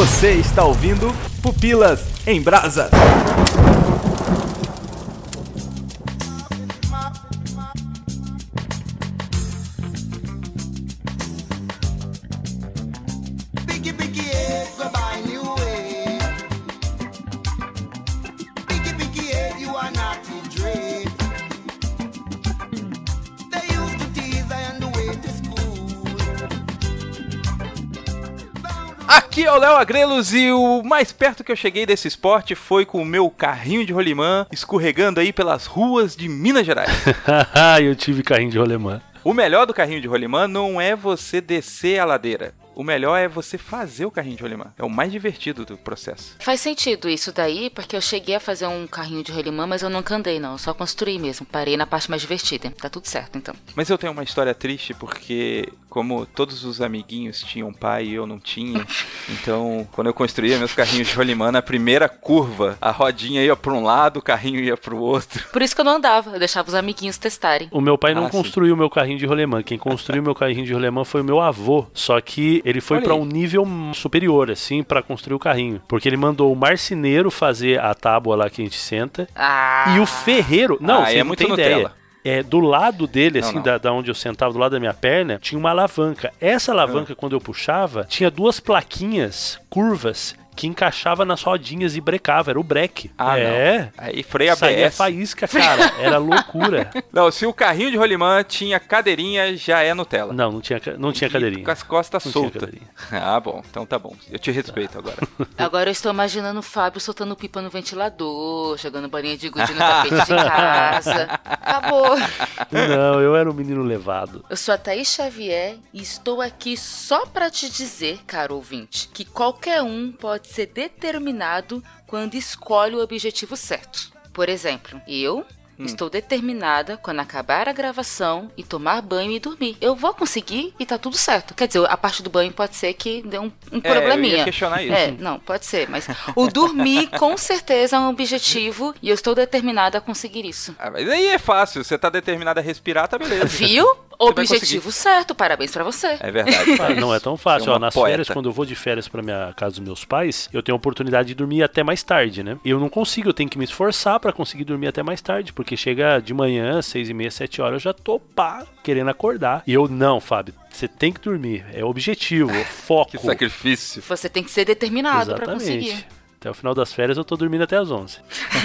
Você está ouvindo Pupilas em Brasa. Aqui é o Léo Agrelos e o mais perto que eu cheguei desse esporte foi com o meu carrinho de rolimã escorregando aí pelas ruas de Minas Gerais. Eu tive carrinho de rolimã. O melhor do carrinho de rolimã não é você descer a ladeira. O melhor é você fazer o carrinho de rolimã. É o mais divertido do processo. Faz sentido isso daí, porque eu cheguei a fazer um carrinho de rolimã, mas eu nunca andei não, eu só construí mesmo. Parei na parte mais divertida. Tá tudo certo, então. Mas eu tenho uma história triste porque, como todos os amiguinhos tinham pai e eu não tinha, então, quando eu construía meus carrinhos de rolimã, na primeira curva, a rodinha ia pra um lado, o carrinho ia pro outro. Por isso que eu não andava, eu deixava os amiguinhos testarem. O meu pai não construiu o meu carrinho de rolimã. Quem construiu o meu carrinho de rolimã foi o meu avô. Só que ele foi pra um nível superior, assim, pra construir o carrinho. Porque ele mandou o marceneiro fazer a tábua lá que a gente senta. E o ferreiro... Não, você não tem ideia. Do lado dele, assim, da onde eu sentava, do lado da minha perna, tinha uma alavanca. Essa alavanca, quando eu puxava, tinha duas plaquinhas curvas que encaixava nas rodinhas e brecava, era o breque. Não. Aí freio ABS. Saía faísca, cara, era loucura. Não, se o carrinho de rolimã tinha cadeirinha, já é Nutella. Não tinha cadeirinha. Com as costas soltas. Ah, bom, então tá bom. Eu te respeito agora. Agora eu estou imaginando o Fábio soltando pipa no ventilador, jogando bolinha de gude no tapete de casa. Acabou. Não, eu era um menino levado. Eu sou a Thaís Xavier e estou aqui só pra te dizer, caro ouvinte, que qualquer um pode ser determinado quando escolhe o objetivo certo. Por exemplo, eu estou determinada quando acabar a gravação e tomar banho e dormir. Eu vou conseguir e tá tudo certo. Quer dizer, a parte do banho pode ser que dê um probleminha. Eu ia questionar isso. Não, pode ser, mas o dormir com certeza é um objetivo e eu estou determinada a conseguir isso. Mas aí é fácil, você tá determinada a respirar, tá beleza. Viu? Objetivo certo, parabéns pra você. É verdade. Não é tão fácil. Nas férias, quando eu vou de férias pra minha casa dos meus pais, eu tenho a oportunidade de dormir até mais tarde, né? Eu não consigo, eu tenho que me esforçar pra conseguir dormir até mais tarde, porque chega de manhã, 6h30, 7 horas, eu já tô querendo acordar. E eu, não, Fábio, você tem que dormir. É objetivo, é foco. Que sacrifício. Você tem que ser determinado pra conseguir. Até o final das férias eu tô dormindo até as 11.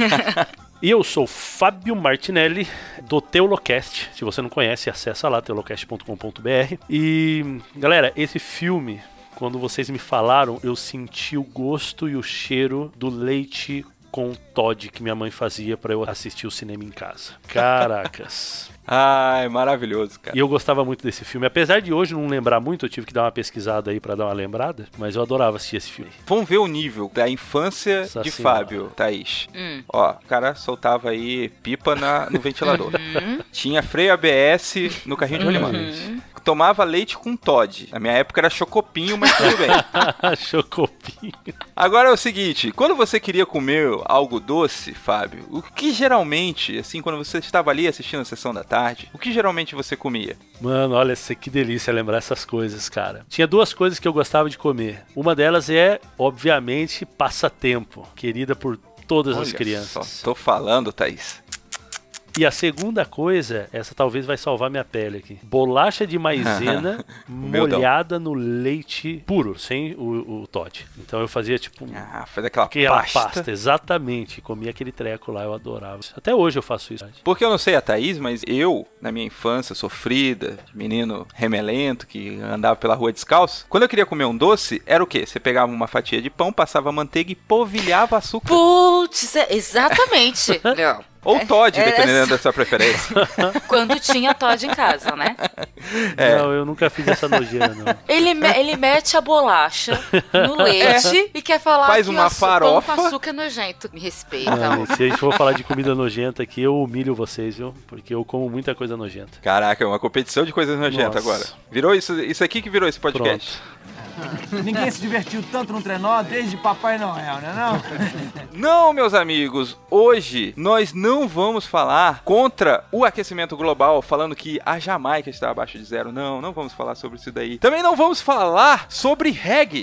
E eu sou Fábio Martinelli, do Teolocast. Se você não conhece, acessa lá, teolocast.com.br. E, galera, esse filme, quando vocês me falaram, eu senti o gosto e o cheiro do leite com Toddy que minha mãe fazia pra eu assistir o cinema em casa. Caracas. Ai, maravilhoso, cara. E eu gostava muito desse filme. Apesar de hoje não lembrar muito, eu tive que dar uma pesquisada aí pra dar uma lembrada, mas eu adorava assistir esse filme. Vamos ver o nível da infância de Fábio, Thaís. Ó, o cara soltava aí pipa no ventilador. Tinha freio ABS no carrinho de rolimã. Tomava leite com Toddy. Na minha época era chocopinho, mas tudo bem. Chocopinho. Agora é o seguinte, quando você queria comer algo doce, Fábio, o que geralmente, assim, quando você estava ali assistindo a sessão da tarde, o que geralmente você comia? Mano, olha, que delícia lembrar essas coisas, cara. Tinha duas coisas que eu gostava de comer. Uma delas é, obviamente, passatempo, querida por todas as crianças. Só tô falando, Thaís. E a segunda coisa, essa talvez vai salvar minha pele aqui. Bolacha de maisena molhada no leite puro, sem o Toddy. Então eu fazia tipo... faz aquela pasta. Exatamente. Comia aquele treco lá, eu adorava. Até hoje eu faço isso. Porque eu não sei a Thaís, mas eu, na minha infância, sofrida, menino remelento, que andava pela rua descalço, quando eu queria comer um doce, era o quê? Você pegava uma fatia de pão, passava manteiga e polvilhava açúcar. Putz, exatamente. Não. Ou Toddy, dependendo da sua preferência. Quando tinha Toddy em casa, né? Não, eu nunca fiz essa nojeira, não. Ele mete a bolacha no leite e quer falar faz que uma farofa. Pão com açúcar é nojento. Me respeita. Se a gente for falar de comida nojenta aqui, eu humilho vocês, viu? Porque eu como muita coisa nojenta. Caraca, é uma competição de coisas nojentas agora. Virou isso aqui que virou esse podcast. Pronto. Ninguém se divertiu tanto no trenó desde Papai Noel, né não? Não, meus amigos, hoje nós não vamos falar contra o aquecimento global, falando que a Jamaica está abaixo de zero. Não vamos falar sobre isso daí. Também não vamos falar sobre reggae.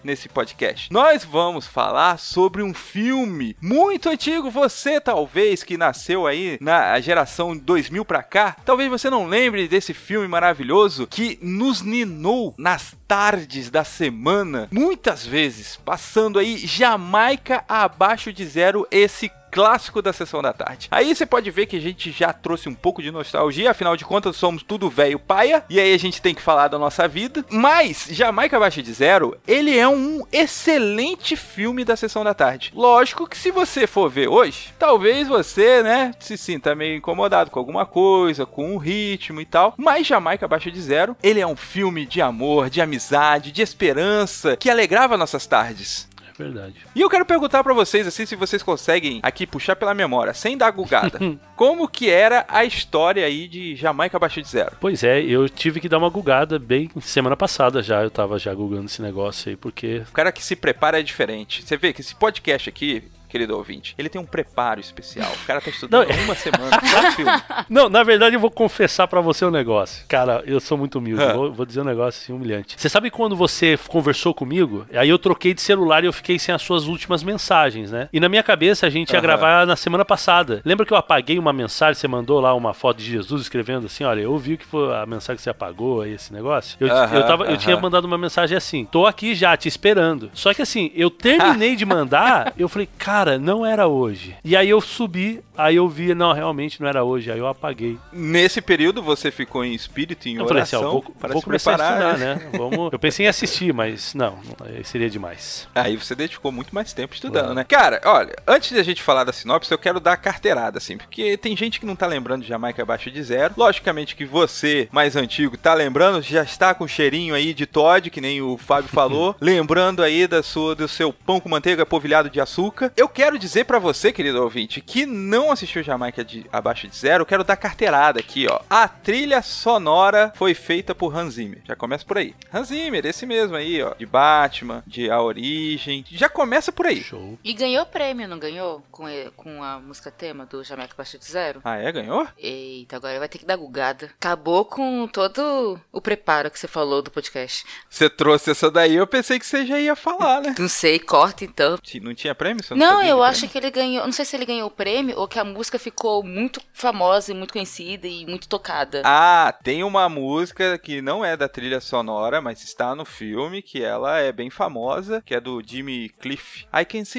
nesse podcast? Nós vamos falar sobre um filme muito antigo. Você, talvez, que nasceu aí na geração 2000 pra cá, talvez você não lembre desse filme maravilhoso que nos ninou nas tardes da semana, muitas vezes, passando aí Jamaica Abaixo de Zero, esse clássico da Sessão da Tarde. Aí você pode ver que a gente já trouxe um pouco de nostalgia, afinal de contas somos tudo velho paia, e aí a gente tem que falar da nossa vida, mas Jamaica Abaixo de Zero, ele é um excelente filme da Sessão da Tarde. Lógico que se você for ver hoje, talvez você, né, se sinta meio incomodado com alguma coisa, com o ritmo e tal, mas Jamaica Abaixo de Zero, ele é um filme de amor, de amizade, de esperança, que alegrava nossas tardes. Verdade. E eu quero perguntar pra vocês, assim, se vocês conseguem aqui puxar pela memória, sem dar gugada, como que era a história aí de Jamaica Abaixo de Zero? Pois é, eu tive que dar uma gugada bem semana passada já, eu tava já gugando esse negócio aí, porque... O cara que se prepara é diferente. Você vê que esse podcast aqui, querido ouvinte, ele tem um preparo especial. O cara tá estudando uma semana só filme. Não, na verdade eu vou confessar pra você um negócio. Cara, eu sou muito humilde, vou dizer um negócio assim humilhante. Você sabe quando você conversou comigo? Aí eu troquei de celular e eu fiquei sem as suas últimas mensagens, né? E na minha cabeça a gente ia gravar na semana passada. Lembra que eu apaguei uma mensagem, você mandou lá uma foto de Jesus escrevendo assim, olha, eu ouvi que foi a mensagem que você apagou aí, esse negócio. Eu tinha mandado uma mensagem assim, tô aqui já, te esperando. Só que assim, eu terminei de mandar, eu falei, cara, não era hoje. E aí eu subi, aí eu vi, não, realmente não era hoje, aí eu apaguei. Nesse período você ficou em espírito, em oração, falei assim, para vou se começar preparar, a estudar, né? Eu pensei em assistir, mas não, aí seria demais. Aí você dedicou muito mais tempo estudando, né? Cara, olha, antes de a gente falar da sinopse, eu quero dar a carteirada, assim, porque tem gente que não tá lembrando de Jamaica Abaixo de Zero. Logicamente que você, mais antigo, tá lembrando, já está com cheirinho aí de Todd, que nem o Fábio falou, lembrando aí do seu pão com manteiga polvilhado de açúcar. Eu quero dizer pra você, querido ouvinte, que não assistiu Jamaica Abaixo de Zero, eu quero dar carteirada aqui, ó. A trilha sonora foi feita por Hans Zimmer. Já começa por aí. Hans Zimmer, esse mesmo aí, ó. De Batman, de A Origem. Já começa por aí. Show. E ganhou prêmio, não ganhou? Com a música tema do Jamaica Abaixo de Zero? Ah, é? Ganhou? Eita, agora vai ter que dar gugada. Acabou com todo o preparo que você falou do podcast. Você trouxe essa daí, eu pensei que você já ia falar, né? Não sei, corta então. Não tinha prêmio? Você não, sabia eu prêmio? acho que ele ganhou. Não sei se ele ganhou o prêmio ou que a música ficou muito famosa e muito conhecida e muito tocada. Ah, tem uma música que não é da trilha sonora, mas está no filme, que ela é bem famosa, que é do Jimmy Cliff. I can see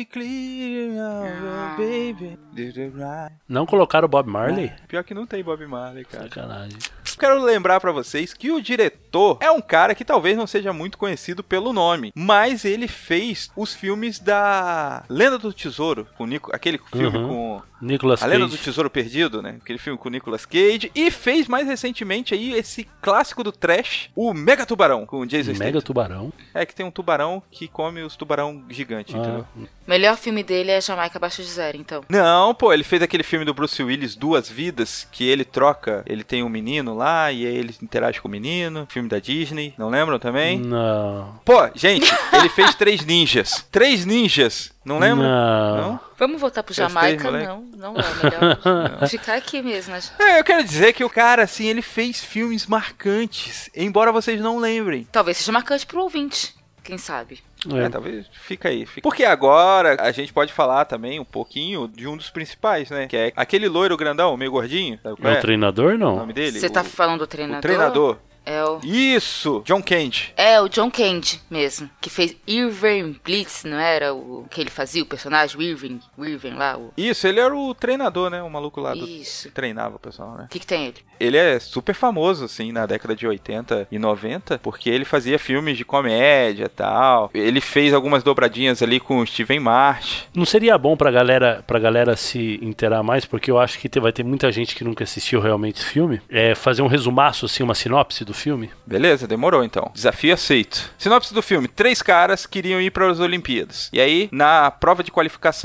clear, baby. Não colocaram o Bob Marley? Pior que não tem Bob Marley, cara. Sacanagem. Quero lembrar pra vocês que o diretor é um cara que talvez não seja muito conhecido pelo nome, mas ele fez os filmes da Lenda do Tesouro, com aquele filme com Nicolas Cage. A Lenda do Tesouro Perdido, né? Aquele filme com o Nicolas Cage, e fez mais recentemente aí esse clássico do trash, o Mega Tubarão, com o Jason Statham. Mega Tubarão? É que tem um tubarão que come os tubarão gigantes, entendeu? O melhor filme dele é Jamaica Abaixo de Zero, então. Não, pô, ele fez aquele filme do Bruce Willis, Duas Vidas, que ele troca, ele tem um menino lá, e aí ele interage com o menino, filme da Disney, não lembram também? Não. Pô, gente, ele fez Três Ninjas. Três Ninjas, não lembra? Não. Vamos voltar pro Jamaica? Não é melhor ficar aqui mesmo. Né? Eu quero dizer que o cara, assim, ele fez filmes marcantes, embora vocês não lembrem. Talvez seja marcante pro ouvinte, quem sabe. Talvez fica aí. Porque agora a gente pode falar também um pouquinho de um dos principais, né? Que é aquele loiro grandão, meio gordinho. Sabe qual é o treinador, não? O nome dele? Você tá falando do treinador? O treinador. É o... Isso! John Candy. É, o John Candy mesmo. Que fez Irving Blitz, não era o que ele fazia, o personagem? O Irving lá. Isso, ele era o treinador, né? O maluco lá Isso. Que treinava o pessoal, né? O que tem ele? Ele é super famoso, assim, na década de 80 e 90, porque ele fazia filmes de comédia e tal. Ele fez algumas dobradinhas ali com o Steven Marsh. Não seria bom pra galera se inteirar mais, porque eu acho que vai ter muita gente que nunca assistiu realmente esse filme. Fazer um resumaço, assim, uma sinopse do filme. Beleza, demorou então. Desafio aceito. Sinopse do filme. 3 caras queriam ir para as Olimpíadas. E aí, na prova de qualificação,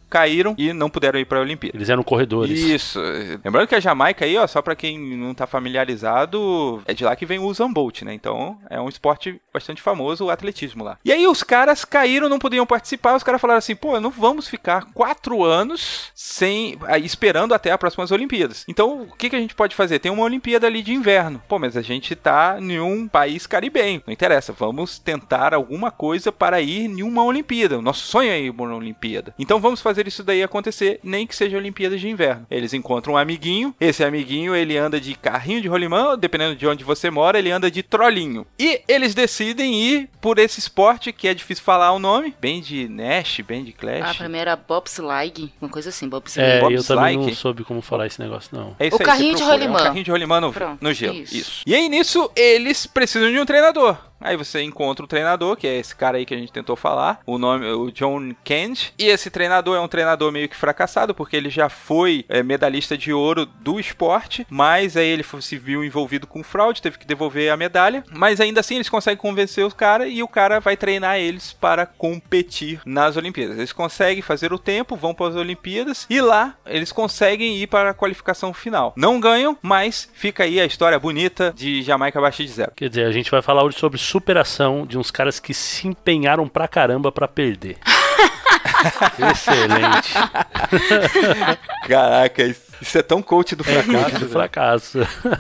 caíram e não puderam ir para a Olimpíada. Eles eram corredores. Isso. Lembrando que a Jamaica aí, ó, só para quem não tá familiarizado, é de lá que vem o Usain Bolt, né? Então é um esporte bastante famoso, o atletismo lá. E aí os caras caíram, não podiam participar, os caras falaram assim, pô, não vamos ficar 4 anos esperando até as próximas Olimpíadas. Então, o que a gente pode fazer? Tem uma Olimpíada ali de inverno. Pô, mas a gente tá em um país caribenho. Não interessa, vamos tentar alguma coisa para ir em uma Olimpíada. O nosso sonho é ir para uma Olimpíada. Então vamos fazer isso daí acontecer, nem que seja Olimpíadas de inverno. Eles encontram um amiguinho, esse amiguinho ele anda de carrinho de rolimã, dependendo de onde você mora, ele anda de trolinho. E eles decidem ir por esse esporte que é difícil falar o nome, Band Nash, Band Clash. Pra mim era bobsleigh, uma coisa assim, bobsleigh. Eu também não soube como falar esse negócio, não. É isso o aí, carrinho de rolimã. É um carrinho de rolimã no gelo. Isso. E aí nisso eles precisam de um treinador. Aí você encontra o treinador, que é esse cara aí que a gente tentou falar, o John Kent. E esse treinador é um treinador meio que fracassado, porque ele já foi medalhista de ouro do esporte, mas aí ele se viu envolvido com fraude, teve que devolver a medalha. Mas ainda assim eles conseguem convencer o cara e o cara vai treinar eles para competir nas Olimpíadas. Eles conseguem fazer o tempo, vão para as Olimpíadas e lá eles conseguem ir para a qualificação final. Não ganham, mas fica aí a história bonita de Jamaica abaixo de zero. Quer dizer, a gente vai falar hoje sobre superação de uns caras que se empenharam pra caramba pra perder. Excelente. Caraca, isso é tão coach do fracasso. Coach do fracasso.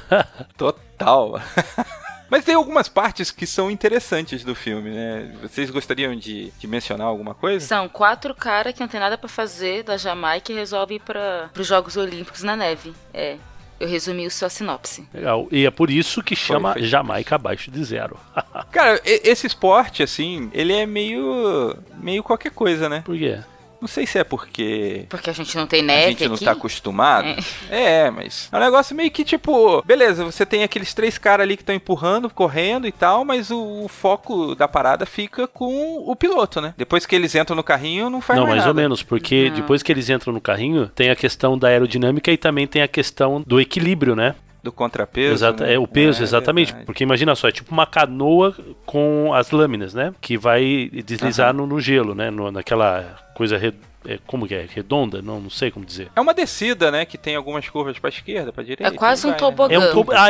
Total. Mas tem algumas partes que são interessantes do filme, né? Vocês gostariam de mencionar alguma coisa? São 4 caras que não tem nada pra fazer da Jamaica e resolvem ir para os Jogos Olímpicos na neve. Eu resumi sua sinopse. Legal. E é por isso que chama Jamaica abaixo de zero. Cara, esse esporte, assim, ele é meio qualquer coisa, né? Por quê? Não sei se é porque a gente não tem neve aqui. A gente não tá acostumado. Mas é um negócio meio que tipo... Beleza, você tem aqueles 3 caras ali que estão empurrando, correndo e tal, mas o foco da parada fica com o piloto, né? Depois que eles entram no carrinho, não faz mais nada. Não, mais ou menos, porque depois que eles entram no carrinho, tem a questão da aerodinâmica e também tem a questão do equilíbrio, né? Do contrapeso. Exato, né? O peso, exatamente. Verdade. Porque imagina só, é tipo uma canoa com as lâminas, né? Que vai deslizar no gelo, né? Naquela coisa como que é? Redonda? Não sei como dizer. É uma descida, né? Que tem algumas curvas pra esquerda, pra direita. É quase um tobogã.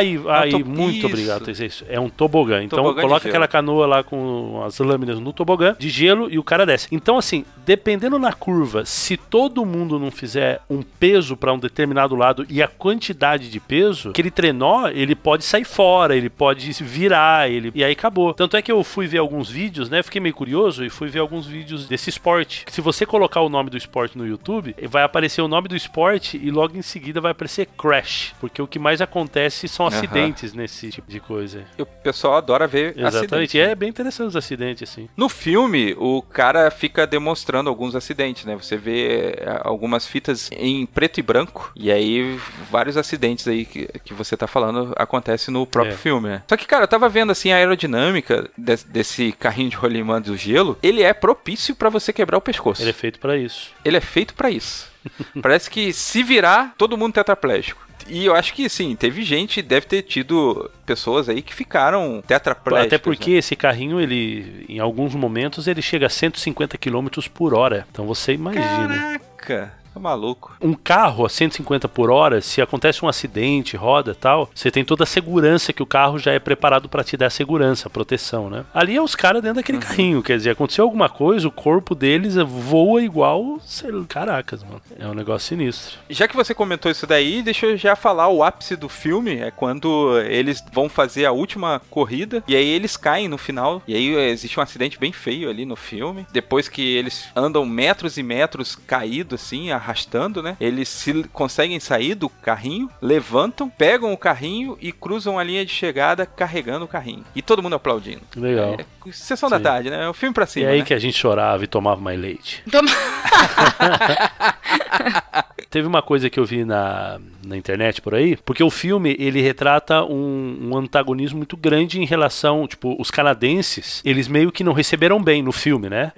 Muito obrigado. Isso. É um tobogã. Então coloca aquela canoa lá com as lâminas no tobogã de gelo e o cara desce. Então assim, dependendo na curva, se todo mundo não fizer um peso pra um determinado lado e a quantidade de peso, aquele trenó, ele pode sair fora, ele pode virar, e aí acabou. Tanto é que eu fui ver alguns vídeos, né? Fiquei meio curioso e fui ver alguns vídeos desse esporte. Se você colocar o nome do esporte no YouTube, vai aparecer o nome do esporte e logo em seguida vai aparecer Crash, porque o que mais acontece são acidentes nesse tipo de coisa. E o pessoal adora ver Exatamente, acidentes. É bem interessante os acidentes, assim. No filme, o cara fica demonstrando alguns acidentes, né? Você vê algumas fitas em preto e branco, e aí vários acidentes aí que você tá falando acontecem no próprio filme, né? Só que, cara, eu tava vendo, assim, a aerodinâmica desse carrinho de rolimã do gelo, ele é propício pra você quebrar o pescoço. Ele é feito pra isso. Ele é feito pra isso. Parece que se virar, todo mundo tetraplégico. E eu acho que, sim, teve gente, deve ter tido pessoas aí que ficaram tetraplégicas. Até porque esse carrinho, ele, em alguns momentos, ele chega a 150 km por hora. Então você imagina. Caraca! Maluco. Um carro a 150 por hora, se acontece um acidente, roda e tal, você tem toda a segurança que o carro já é preparado pra te dar segurança, proteção, né? Ali é os caras dentro daquele carrinho, quer dizer, aconteceu alguma coisa, o corpo deles voa igual, caracas, mano. É um negócio sinistro. Já que você comentou isso daí, deixa eu já falar o ápice do filme, é quando eles vão fazer a última corrida, e aí eles caem no final, e aí existe um acidente bem feio ali no filme, depois que eles andam metros e metros caídos assim, arrastando, né? Eles conseguem sair do carrinho, levantam, pegam o carrinho e cruzam a linha de chegada carregando o carrinho. E todo mundo aplaudindo. Legal. Sessão da tarde, né? É um filme pra cima, E aí né? que a gente chorava e tomava mais leite. Teve uma coisa que eu vi na internet por aí, porque o filme, ele retrata um antagonismo muito grande em relação, tipo, os canadenses, eles meio que não receberam bem no filme, né?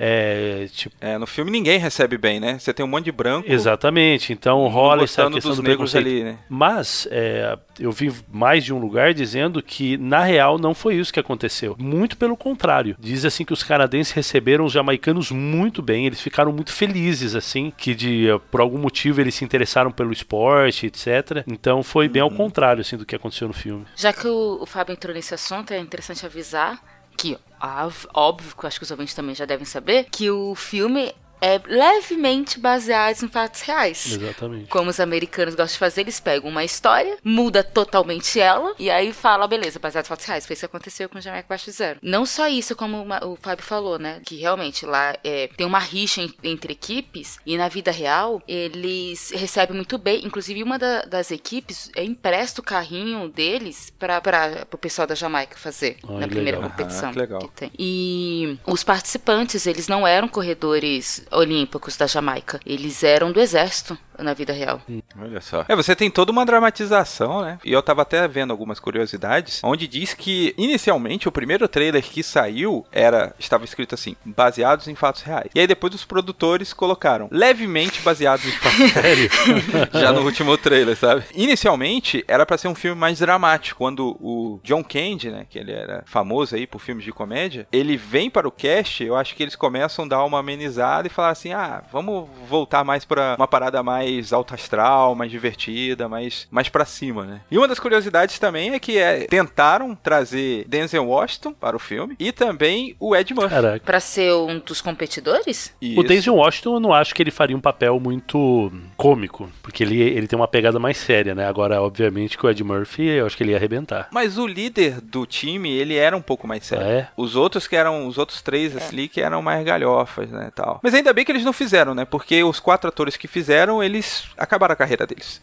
No filme ninguém recebe bem, né? Você tem um monte de branco. Exatamente, então rola essa questão do preconceito. Ali, né? Mas, eu vi mais de um lugar dizendo que, na real, não foi isso que aconteceu. Muito pelo contrário. Diz assim que os canadenses receberam os jamaicanos muito bem, eles ficaram muito felizes, assim, que por algum motivo eles se interessaram pelo esporte, etc. Então foi bem ao contrário, assim, do que aconteceu no filme. Já que o Fábio entrou nesse assunto, é interessante avisar que, óbvio que eu acho que os ouvintes também já devem saber, que o filme é levemente baseado em fatos reais. Exatamente. Como os americanos gostam de fazer, eles pegam uma história, muda totalmente ela, e aí fala, beleza, baseado em fatos reais. Foi isso que aconteceu com o Jamaica Abaixo de Zero. Não só isso, como o Fábio falou, né? Que realmente lá tem uma rixa entre equipes, e na vida real, eles recebem muito bem. Inclusive, uma das equipes empresta o carrinho deles para o pessoal da Jamaica fazer na primeira competição. Legal. Que tem. E os participantes, eles não eram corredores olímpicos da Jamaica. Eles eram do exército na vida real. Olha só. Você tem toda uma dramatização, né? E eu tava até vendo algumas curiosidades, onde diz que, inicialmente, o primeiro trailer que saiu estava escrito assim, baseados em fatos reais. E aí depois os produtores colocaram, levemente baseados em fatos reais. Já no último trailer, sabe? Inicialmente, era pra ser um filme mais dramático. Quando o John Candy, né, que ele era famoso aí por filmes de comédia, ele vem para o cast, eu acho que eles começam a dar uma amenizada e falar assim, vamos voltar mais pra uma parada mais alto astral, mais divertida, mais pra cima, né? E uma das curiosidades também é que tentaram trazer Denzel Washington para o filme e também o Ed Murphy. Caraca. Pra ser um dos competidores? Isso. O Denzel Washington, eu não acho que ele faria um papel muito cômico, porque ele tem uma pegada mais séria, né? Agora, obviamente, que o Ed Murphy, eu acho que ele ia arrebentar. Mas o líder do time, ele era um pouco mais sério. Os outros três ali que eram mais galhofas, né, tal. Mas ainda bem que eles não fizeram, né? Porque os 4 atores que fizeram, eles acabaram a carreira deles.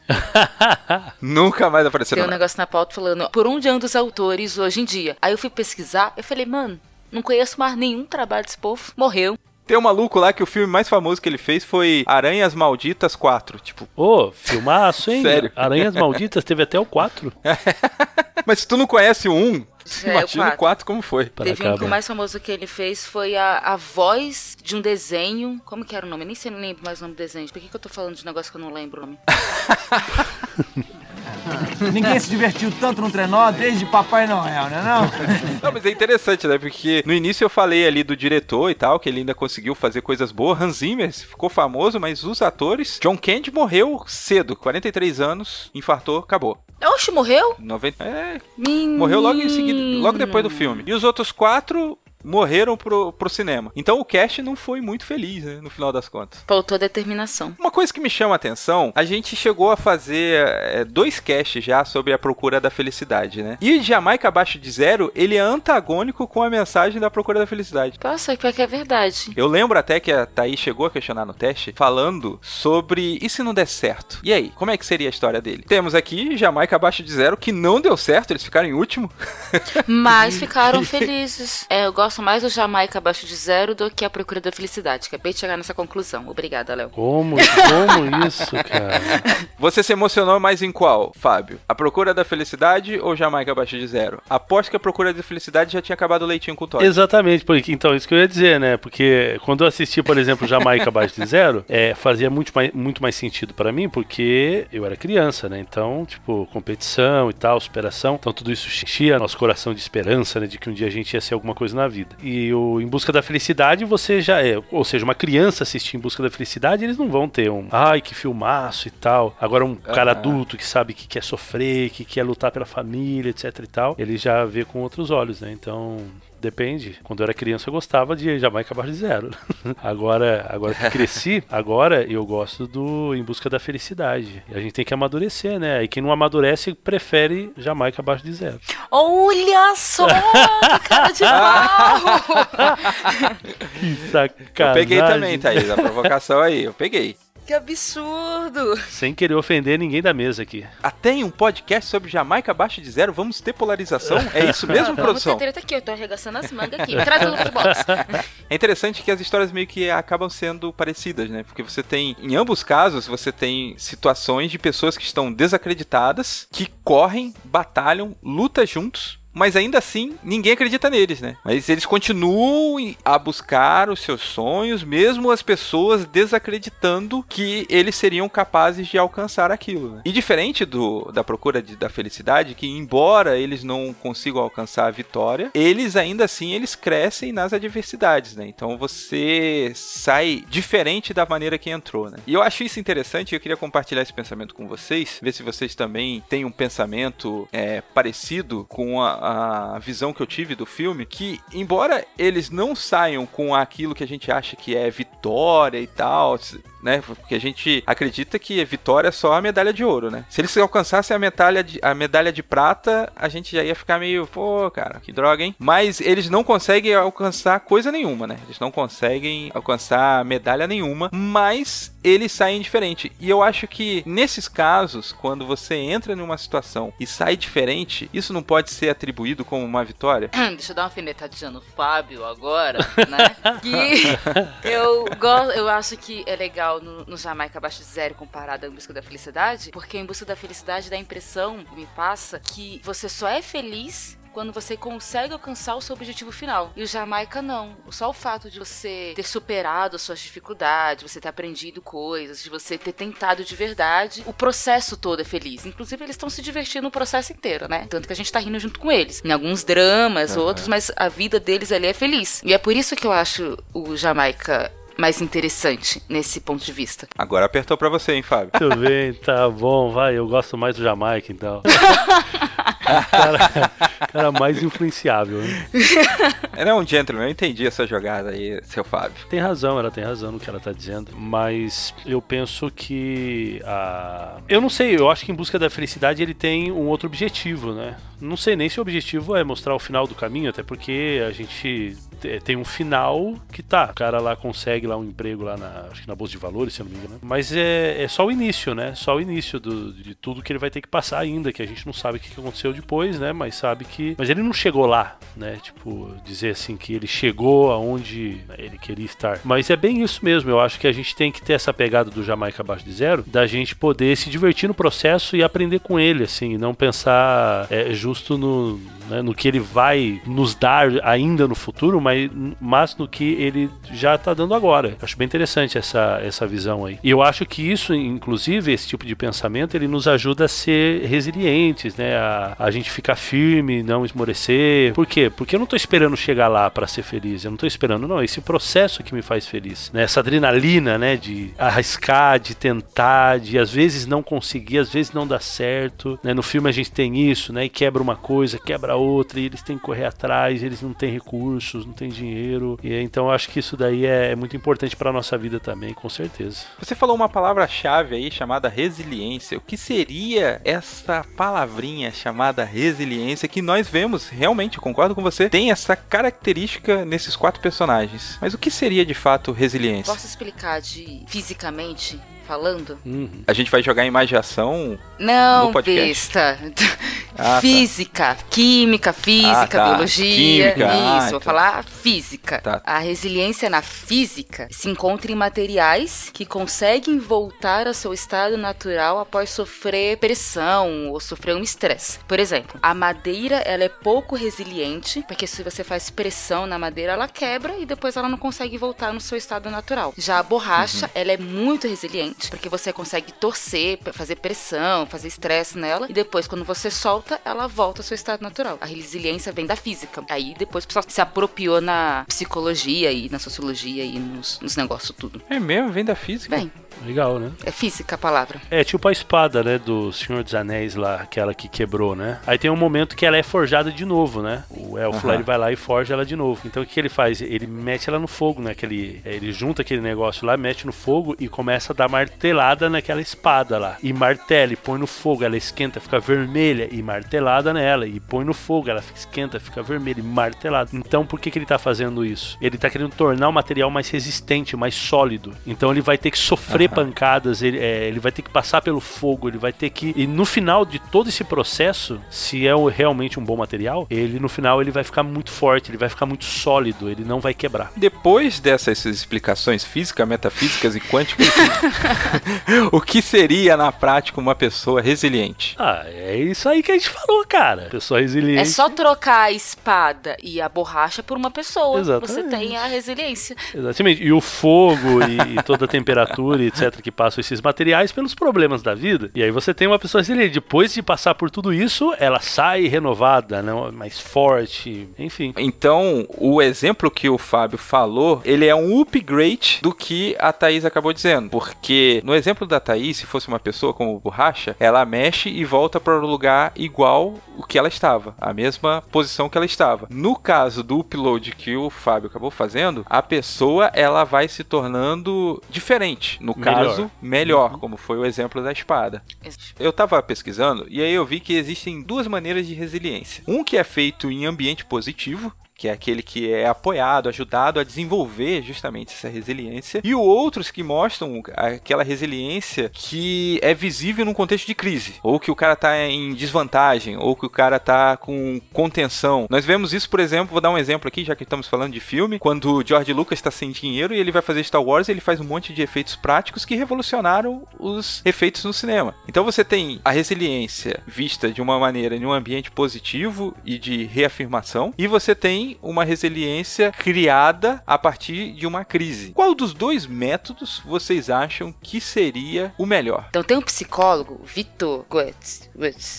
Nunca mais apareceram. Tem um negócio na pauta falando por onde andam os autores hoje em dia. Aí eu fui pesquisar, eu falei, mano, não conheço mais nenhum trabalho desse povo. Morreu. Tem um maluco lá que o filme mais famoso que ele fez foi Aranhas Malditas 4. Tipo... filmaço, hein? Sério? Aranhas Malditas teve até o 4. Mas se tu não conhece o 1... Imagina o 4 como foi. Teve um que o mais famoso que ele fez foi a voz de um desenho. Como que era o nome? Nem sei, não lembro mais o nome do desenho. Por que eu tô falando de um negócio que eu não lembro o nome? Ninguém se divertiu tanto no trenó desde Papai Noel, né não? Não, mas é interessante, né? Porque no início eu falei ali do diretor e tal, que ele ainda conseguiu fazer coisas boas. Hans Zimmer ficou famoso, mas os atores... John Candy morreu cedo, 43 anos, infartou, acabou. Oxe, morreu? Morreu logo em seguida, logo depois do filme. E os outros 4 morreram pro cinema. Então o cast não foi muito feliz, né, no final das contas. Faltou determinação. Uma coisa que me chama a atenção, a gente chegou a fazer 2 casts já sobre a procura da felicidade, né? E Jamaica Abaixo de Zero, ele é antagônico com a mensagem da procura da felicidade. Nossa, que é verdade. Eu lembro até que a Thaís chegou a questionar no teste, falando sobre e se não der certo? E aí, como é que seria a história dele? Temos aqui Jamaica Abaixo de Zero, que não deu certo, eles ficaram em último. Mas ficaram felizes. Eu gosto mais do Jamaica Abaixo de Zero do que a Procura da Felicidade. Acabei de chegar nessa conclusão. Obrigada, Léo. Como isso, cara? Você se emocionou mais em qual, Fábio? A Procura da Felicidade ou Jamaica Abaixo de Zero? Aposto que a Procura da Felicidade já tinha acabado o leitinho com o Todd. Exatamente, porque, então, isso que eu ia dizer, né? Porque quando eu assisti, por exemplo, Jamaica Abaixo de Zero, fazia muito mais sentido pra mim, porque eu era criança, né? Então, tipo, competição e tal, superação. Então, tudo isso enchia nosso coração de esperança, né? De que um dia a gente ia ser alguma coisa na vida. E o Em Busca da Felicidade, você já ou seja, uma criança assistir Em Busca da Felicidade, eles não vão ter ai, que filmaço e tal. Agora um cara adulto que sabe que quer sofrer, que quer lutar pela família, etc e tal, ele já vê com outros olhos, né? Então... Depende. Quando eu era criança eu gostava de Jamaica Abaixo de Zero. Agora que cresci, agora eu gosto do Em Busca da Felicidade. E a gente tem que amadurecer, né? E quem não amadurece prefere Jamaica Abaixo de Zero. Olha só! Que cara de mal! Que sacanagem. Eu peguei também, Thaís, a provocação aí. Eu peguei. Que absurdo! Sem querer ofender ninguém da mesa aqui. Até em um podcast sobre Jamaica abaixo de zero, vamos ter polarização? É isso mesmo, produção? Vamos ter treta aqui, eu tô arregaçando as mangas aqui. Traz o Lucas Box. É interessante que as histórias meio que acabam sendo parecidas, né? Porque você tem, em ambos casos, você tem situações de pessoas que estão desacreditadas, que correm, batalham, lutam juntos, mas ainda assim, ninguém acredita neles, né? Mas eles continuam a buscar os seus sonhos, mesmo as pessoas desacreditando que eles seriam capazes de alcançar aquilo, né? E diferente da procura da felicidade, que embora eles não consigam alcançar a vitória, eles ainda assim, eles crescem nas adversidades, né? Então você sai diferente da maneira que entrou, né? E eu acho isso interessante, eu queria compartilhar esse pensamento com vocês, ver se vocês também têm um pensamento parecido com a visão que eu tive do filme, que embora eles não saiam com aquilo que a gente acha que é vitória e tal, né? Porque a gente acredita que a vitória é só a medalha de ouro, né? Se eles alcançassem a medalha de prata, a gente já ia ficar meio, pô, cara, que droga, hein? Mas eles não conseguem alcançar coisa nenhuma, né? Eles não conseguem alcançar medalha nenhuma, mas eles saem diferente. E eu acho que nesses casos, quando você entra numa situação e sai diferente, isso não pode ser atribuído como uma vitória? Deixa eu dar uma alfinetadinha no Fábio agora, né? Que eu acho que é legal no Jamaica abaixo de zero comparado a Em Busca da Felicidade, porque Em Busca da Felicidade dá a impressão, me passa, que você só é feliz quando você consegue alcançar o seu objetivo final. E o Jamaica não. Só o fato de você ter superado as suas dificuldades, você ter aprendido coisas, de você ter tentado de verdade, o processo todo é feliz. Inclusive, eles estão se divertindo no processo inteiro, né? Tanto que a gente tá rindo junto com eles. Em alguns dramas, outros, mas a vida deles ali é feliz. E é por isso que eu acho o Jamaica mais interessante nesse ponto de vista. Agora apertou pra você, hein, Fábio? Muito bem, tá bom, vai. Eu gosto mais do Jamaica, então. Cara mais influenciável, né? Ela é um gentleman, eu entendi essa jogada aí, seu Fábio. Ela tem razão no que ela tá dizendo, mas eu penso que eu não sei, eu acho que Em Busca da Felicidade ele tem um outro objetivo, né? Não sei nem se o objetivo é mostrar o final do caminho, até porque a gente tem um final que o cara lá consegue lá um emprego lá acho que na Bolsa de Valores, se eu não me engano. Mas é só o início, né? Só o início de tudo que ele vai ter que passar ainda, que a gente não sabe o que aconteceu depois, né? Mas sabe que... Mas ele não chegou lá, né? Tipo, dizer assim que ele chegou aonde ele queria estar. Mas é bem isso mesmo, eu acho que a gente tem que ter essa pegada do Jamaica abaixo de zero, da gente poder se divertir no processo e aprender com ele, assim, e não pensar justo no que ele vai nos dar ainda no futuro, mas no que ele já tá dando agora. Acho bem interessante essa visão aí. E eu acho que isso, inclusive, esse tipo de pensamento, ele nos ajuda a ser resilientes, né? A gente ficar firme, não esmorecer. Por quê? Porque eu não tô esperando chegar lá para ser feliz. Eu não tô esperando, não. Esse processo que me faz feliz, né? Essa adrenalina, né? De arriscar, de tentar, de às vezes não conseguir, às vezes não dá certo, né? No filme a gente tem isso, né? E quebra uma coisa, quebra outra, e eles têm que correr atrás, eles não têm recursos, não têm dinheiro. E então eu acho que isso daí é muito importante para nossa vida também, com certeza. Você falou uma palavra-chave aí chamada resiliência. O que seria essa palavrinha chamada resiliência que nós vemos, realmente, eu concordo com você, tem essa característica nesses 4 personagens. Mas o que seria de fato resiliência? Posso explicar fisicamente falando? A gente vai jogar imagem de ação não, no podcast? Besta. Física, química, biologia. Química. Isso, vou falar física. Tá. A resiliência na física se encontra em materiais que conseguem voltar ao seu estado natural após sofrer pressão ou sofrer um estresse. Por exemplo, a madeira, ela é pouco resiliente, porque se você faz pressão na madeira, ela quebra e depois ela não consegue voltar no seu estado natural. Já a borracha, ela é muito resiliente, porque você consegue torcer, fazer pressão, fazer estresse nela, e depois, quando você solta, ela volta ao seu estado natural. A resiliência vem da física. Aí depois o pessoal se apropriou na psicologia e na sociologia e nos negócios tudo. É mesmo? Vem da física? Vem. Legal, né? É física a palavra. É tipo a espada, né, do Senhor dos Anéis lá, aquela que quebrou, né? Aí tem um momento que ela é forjada de novo, né? O elfo lá, ele vai lá e forja ela de novo. Então o que ele faz? Ele mete ela no fogo, né? Ele junta aquele negócio lá, mete no fogo e começa a dar martelada naquela espada lá. E martela e põe no fogo, ela esquenta, fica vermelha e martelada nela e põe no fogo, ela esquenta, fica vermelha e martelada. Então por que ele tá fazendo isso? Ele tá querendo tornar o material mais resistente, mais sólido. Então ele vai ter que sofrer pancadas, ele vai ter que passar pelo fogo, ele vai ter que... E no final de todo esse processo, se é realmente um bom material, ele no final ele vai ficar muito forte, ele vai ficar muito sólido, ele não vai quebrar. Depois dessas explicações físicas, metafísicas e quânticas, o que seria na prática uma pessoa resiliente? É isso aí que a gente falou, cara. Pessoa resiliente. É só trocar a espada e a borracha por uma pessoa. Exatamente. Você tem a resiliência. Exatamente. E o fogo e toda a temperatura, etc., que passam esses materiais pelos problemas da vida. E aí você tem uma pessoa resiliente. Depois de passar por tudo isso, ela sai renovada, né? Mais forte, enfim. Então, o exemplo que o Fábio falou, ele é um upgrade do que a Thaís acabou dizendo. Porque no exemplo da Thaís, se fosse uma pessoa como borracha, ela mexe e volta para o lugar igual o que ela estava, a mesma posição que ela estava. No caso do upload que o Fábio acabou fazendo, a pessoa ela vai se tornando diferente. No caso, melhor, como foi o exemplo da espada. Eu estava pesquisando e aí eu vi que existem duas maneiras de resiliência. Um que é feito em ambiente positivo, que é aquele que é apoiado, ajudado a desenvolver justamente essa resiliência, e outros que mostram aquela resiliência que é visível num contexto de crise, ou que o cara tá em desvantagem, ou que o cara tá com contenção. Nós vemos isso, por exemplo, vou dar um exemplo aqui, já que estamos falando de filme, quando o George Lucas está sem dinheiro e ele vai fazer Star Wars, ele faz um monte de efeitos práticos que revolucionaram os efeitos no cinema. Então você tem a resiliência vista de uma maneira, em um ambiente positivo e de reafirmação, e você tem uma resiliência criada a partir de uma crise. Qual dos dois métodos vocês acham que seria o melhor? Então tem um psicólogo, Victor Goetz.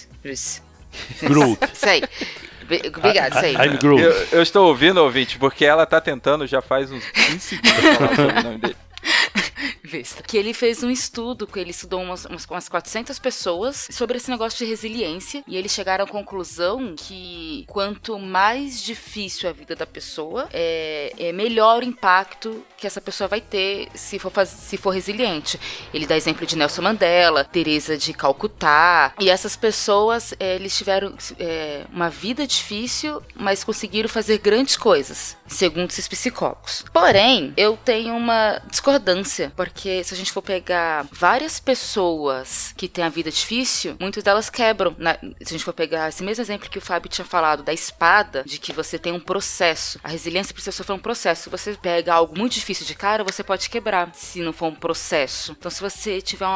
Groot. Isso aí. Obrigado, isso aí. Eu estou ouvindo, ouvinte, porque ela está tentando já faz uns 15 segundos falar sobre o nome dele. Que ele fez um estudo, que ele estudou umas 400 pessoas sobre esse negócio de resiliência, e eles chegaram à conclusão que quanto mais difícil a vida da pessoa, é melhor o impacto que essa pessoa vai ter se for resiliente. Ele dá exemplo de Nelson Mandela, Teresa de Calcutá, e essas pessoas, eles tiveram uma vida difícil, mas conseguiram fazer grandes coisas, segundo esses psicólogos. Porém, eu tenho uma discordância, porque se a gente for pegar várias pessoas que têm a vida difícil, muitas delas quebram. Se a gente for pegar esse mesmo exemplo que o Fábio tinha falado da espada, de que você tem um processo. A resiliência precisa sofrer um processo. Se você pega algo muito difícil de cara, você pode quebrar, se não for um processo. Então, se você tiver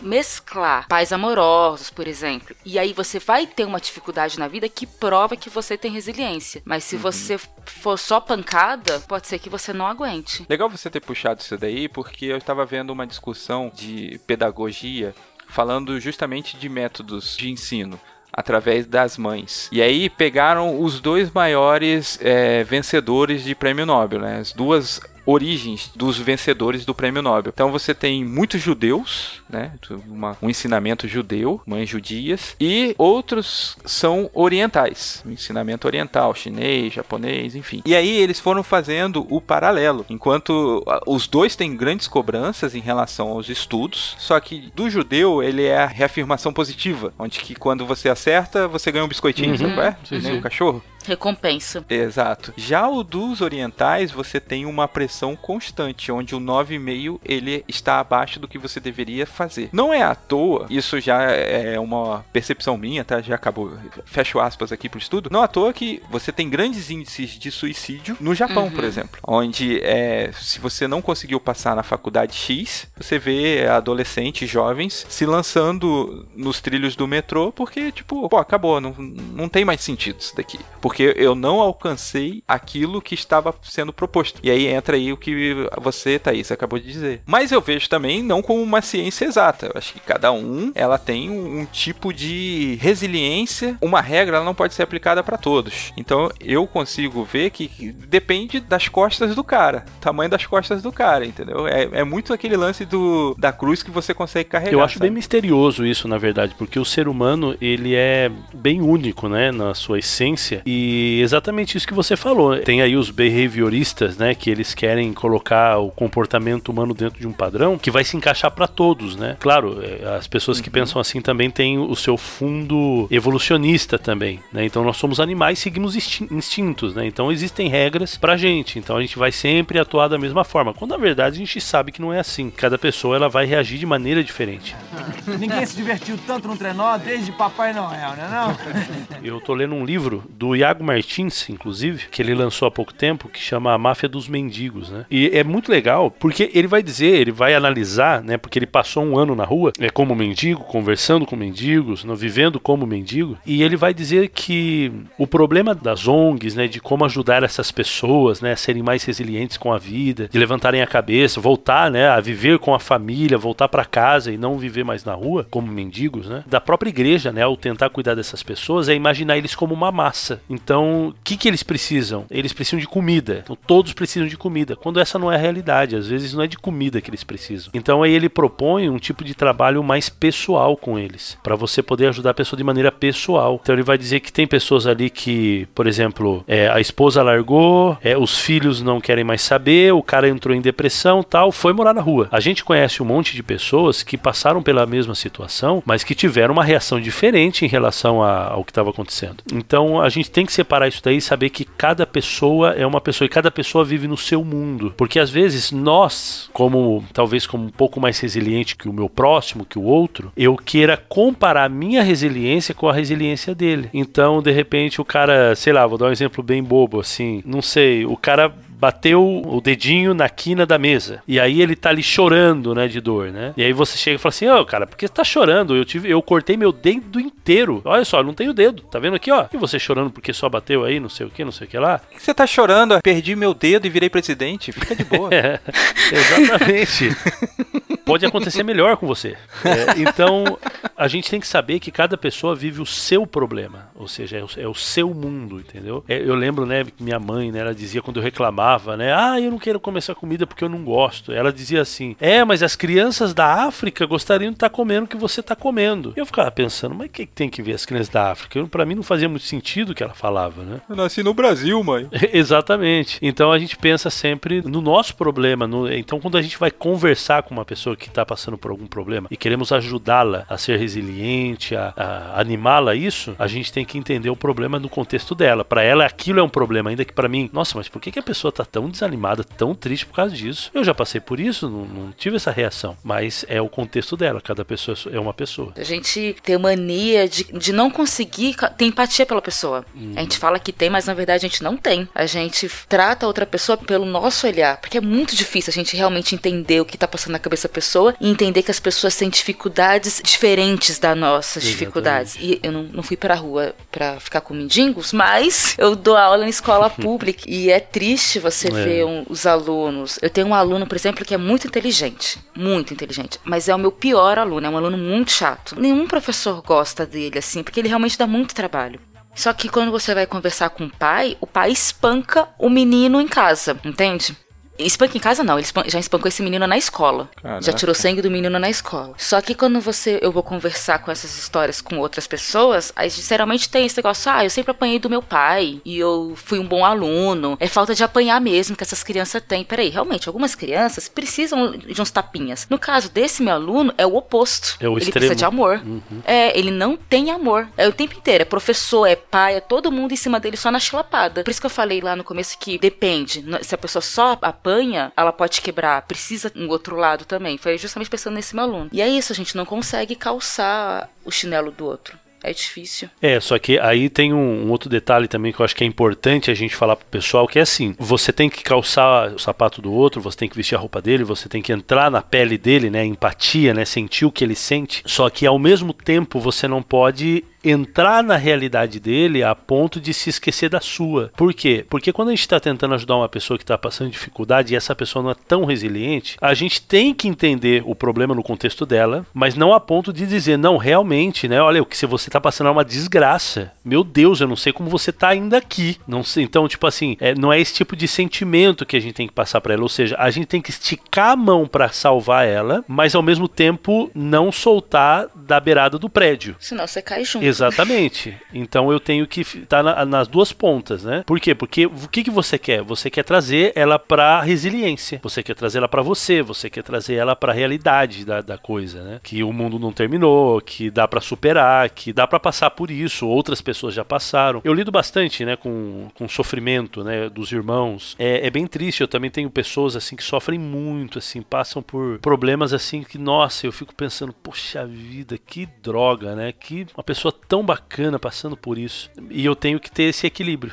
mesclar pais amorosos, por exemplo, e aí você vai ter uma dificuldade na vida que prova que você tem resiliência. Mas se você for só pancada, pode ser que você não aguente. Legal você ter puxado isso daí, porque eu estava vendo uma discussão de pedagogia falando justamente de métodos de ensino através das mães. E aí pegaram os dois maiores vencedores de prêmio Nobel, né? As duas origens dos vencedores do prêmio Nobel. Então você tem muitos judeus, né? Um ensinamento judeu, mães judias, e outros são orientais, um ensinamento oriental, chinês, japonês, enfim. E aí eles foram fazendo o paralelo, enquanto os dois têm grandes cobranças em relação aos estudos, só que do judeu ele é a reafirmação positiva, onde que quando você acerta, você ganha um biscoitinho, sabe qual é? Nem um cachorro. Recompensa. Exato. Já o dos orientais, você tem uma pressão constante, onde o 9,5 ele está abaixo do que você deveria fazer. Não é à toa, isso já é uma percepção minha, tá? Já acabou, fecho aspas aqui pro estudo. Não é à toa que você tem grandes índices de suicídio no Japão, por exemplo, onde se você não conseguiu passar na faculdade X, você vê adolescentes, jovens, se lançando nos trilhos do metrô, porque, tipo, acabou, não tem mais sentido isso daqui. Porque eu não alcancei aquilo que estava sendo proposto. E aí entra aí o que você, Thaís, acabou de dizer. Mas eu vejo também não como uma ciência exata. Eu acho que cada ela tem um tipo de resiliência. Uma regra, ela não pode ser aplicada para todos. Então eu consigo ver que depende das costas do cara. Tamanho das costas do cara, entendeu? É muito aquele lance da cruz que você consegue carregar. Eu acho bem misterioso isso, na verdade, porque o ser humano, ele é bem único, né, na sua essência. E E exatamente isso que você falou. Tem aí os behavioristas, né, que eles querem colocar o comportamento humano dentro de um padrão que vai se encaixar para todos, né? Claro, as pessoas que pensam assim também têm o seu fundo evolucionista também, né? Então nós somos animais, seguimos instintos, né? Então existem regras pra gente. Então a gente vai sempre atuar da mesma forma. Quando na verdade a gente sabe que não é assim. Cada pessoa ela vai reagir de maneira diferente. Ninguém se divertiu tanto no trenó desde Papai Noel, né não? Eu tô lendo um livro do Iago Martins, inclusive, que ele lançou há pouco tempo, que chama A Máfia dos Mendigos, né? E é muito legal, porque ele vai analisar, né? Porque ele passou um ano na rua, como mendigo, conversando com mendigos, vivendo como mendigo, e ele vai dizer que o problema das ONGs, né? De como ajudar essas pessoas, né? A serem mais resilientes com a vida, de levantarem a cabeça, voltar, né? A viver com a família, voltar para casa e não viver mais na rua, como mendigos, né? Da própria igreja, né? Ao tentar cuidar dessas pessoas, é imaginar eles como uma massa. Então, o que eles precisam? Eles precisam de comida. Então, todos precisam de comida. Quando essa não é a realidade, às vezes não é de comida que eles precisam. Então, aí ele propõe um tipo de trabalho mais pessoal com eles, para você poder ajudar a pessoa de maneira pessoal. Então, ele vai dizer que tem pessoas ali que, por exemplo, a esposa largou, os filhos não querem mais saber, o cara entrou em depressão, tal, foi morar na rua. A gente conhece um monte de pessoas que passaram pela mesma situação, mas que tiveram uma reação diferente em relação ao que estava acontecendo. Então, a gente tem que separar isso daí e saber que cada pessoa é uma pessoa e cada pessoa vive no seu mundo. Porque às vezes nós, talvez como um pouco mais resiliente que o meu próximo, que o outro, eu queira comparar a minha resiliência com a resiliência dele. Então, de repente, o cara, sei lá, vou dar um exemplo bem bobo, assim, não sei, o cara bateu o dedinho na quina da mesa. E aí ele tá ali chorando, né, de dor, né? E aí você chega e fala assim, cara, por que você tá chorando? Eu cortei meu dedo inteiro. Olha só, eu não tenho dedo. Tá vendo aqui, ó? E você chorando porque só bateu aí, não sei o que lá. Por que você tá chorando? Perdi meu dedo e virei presidente. Fica de boa. Exatamente. Pode acontecer melhor com você. Então, a gente tem que saber que cada pessoa vive o seu problema. Ou seja, é o seu mundo, entendeu? Eu lembro, né, que minha mãe, né, ela dizia quando eu reclamava, né, eu não quero comer essa comida porque eu não gosto. Ela dizia assim, mas as crianças da África gostariam de estar comendo o que você está comendo. E eu ficava pensando, mas o que tem que ver as crianças da África? Pra mim não fazia muito sentido o que ela falava, né? Eu nasci no Brasil, mãe. Exatamente. Então a gente pensa sempre no nosso problema. Então quando a gente vai conversar com uma pessoa que está passando por algum problema e queremos ajudá-la a ser resiliente, a animá-la a isso, a gente tem que entender o problema no contexto dela. Para ela aquilo é um problema, ainda que para mim, nossa, mas por que a pessoa tá tão desanimada, tão triste por causa disso? Eu já passei por isso, não tive essa reação, mas é o contexto dela, cada pessoa é uma pessoa. A gente tem mania de não conseguir ter empatia pela pessoa. A gente fala que tem, mas na verdade a gente não tem. A gente trata a outra pessoa pelo nosso olhar, porque é muito difícil a gente realmente entender o que tá passando na cabeça da pessoa e entender que as pessoas têm dificuldades diferentes das nossas dificuldades. E eu não fui pra rua pra ficar com mendigos, mas eu dou aula em escola pública e é triste você ver os alunos. Eu tenho um aluno, por exemplo, que é muito inteligente, mas é o meu pior aluno, é um aluno muito chato. Nenhum professor gosta dele, assim, porque ele realmente dá muito trabalho. Só que quando você vai conversar com o pai espanca o menino em casa, entende? Espanca em casa não, ele já espancou esse menino na escola. Caraca. Já tirou sangue do menino na escola. Só que quando eu vou conversar com essas histórias com outras pessoas, aí geralmente tem esse negócio, eu sempre apanhei do meu pai, e eu fui um bom aluno, é falta de apanhar mesmo que essas crianças têm. Peraí, realmente, algumas crianças precisam de uns tapinhas. No caso desse meu aluno, é o oposto. É o ele extremo. Precisa de amor. Ele não tem amor. É o tempo inteiro, é professor, é pai, é todo mundo em cima dele só na chilapada. Por isso que eu falei lá no começo que depende, se a pessoa só apanha, ela pode quebrar, precisa um outro lado também. Foi justamente pensando nesse meu aluno. E é isso, a gente não consegue calçar o chinelo do outro. É difícil. Só que aí tem um outro detalhe também que eu acho que é importante a gente falar pro pessoal, que é assim, você tem que calçar o sapato do outro, você tem que vestir a roupa dele, você tem que entrar na pele dele, né, empatia, né, sentir o que ele sente, só que ao mesmo tempo você não pode entrar na realidade dele a ponto de se esquecer da sua. Por quê? Porque quando a gente está tentando ajudar uma pessoa que está passando dificuldade e essa pessoa não é tão resiliente, a gente tem que entender o problema no contexto dela, mas não a ponto de dizer, não, realmente, né, olha, o que você está passando é uma desgraça. Meu Deus, eu não sei como você está ainda aqui. Não sei. Então, tipo assim, não é esse tipo de sentimento que a gente tem que passar para ela, ou seja, a gente tem que esticar a mão para salvar ela, mas ao mesmo tempo não soltar da beirada do prédio. Senão você cai junto. Exatamente. Então eu tenho que estar nas duas pontas, né? Por quê? Porque o que você quer? Você quer trazer ela pra resiliência. Você quer trazer ela pra você quer trazer ela pra realidade da coisa, né? Que o mundo não terminou, que dá pra superar, que dá pra passar por isso, outras pessoas já passaram. Eu lido bastante, né, com sofrimento, né, dos irmãos. É bem triste, eu também tenho pessoas, assim, que sofrem muito, assim, passam por problemas, assim, que, nossa, eu fico pensando, poxa vida, que droga, né? Que uma pessoa tão bacana passando por isso. E eu tenho que ter esse equilíbrio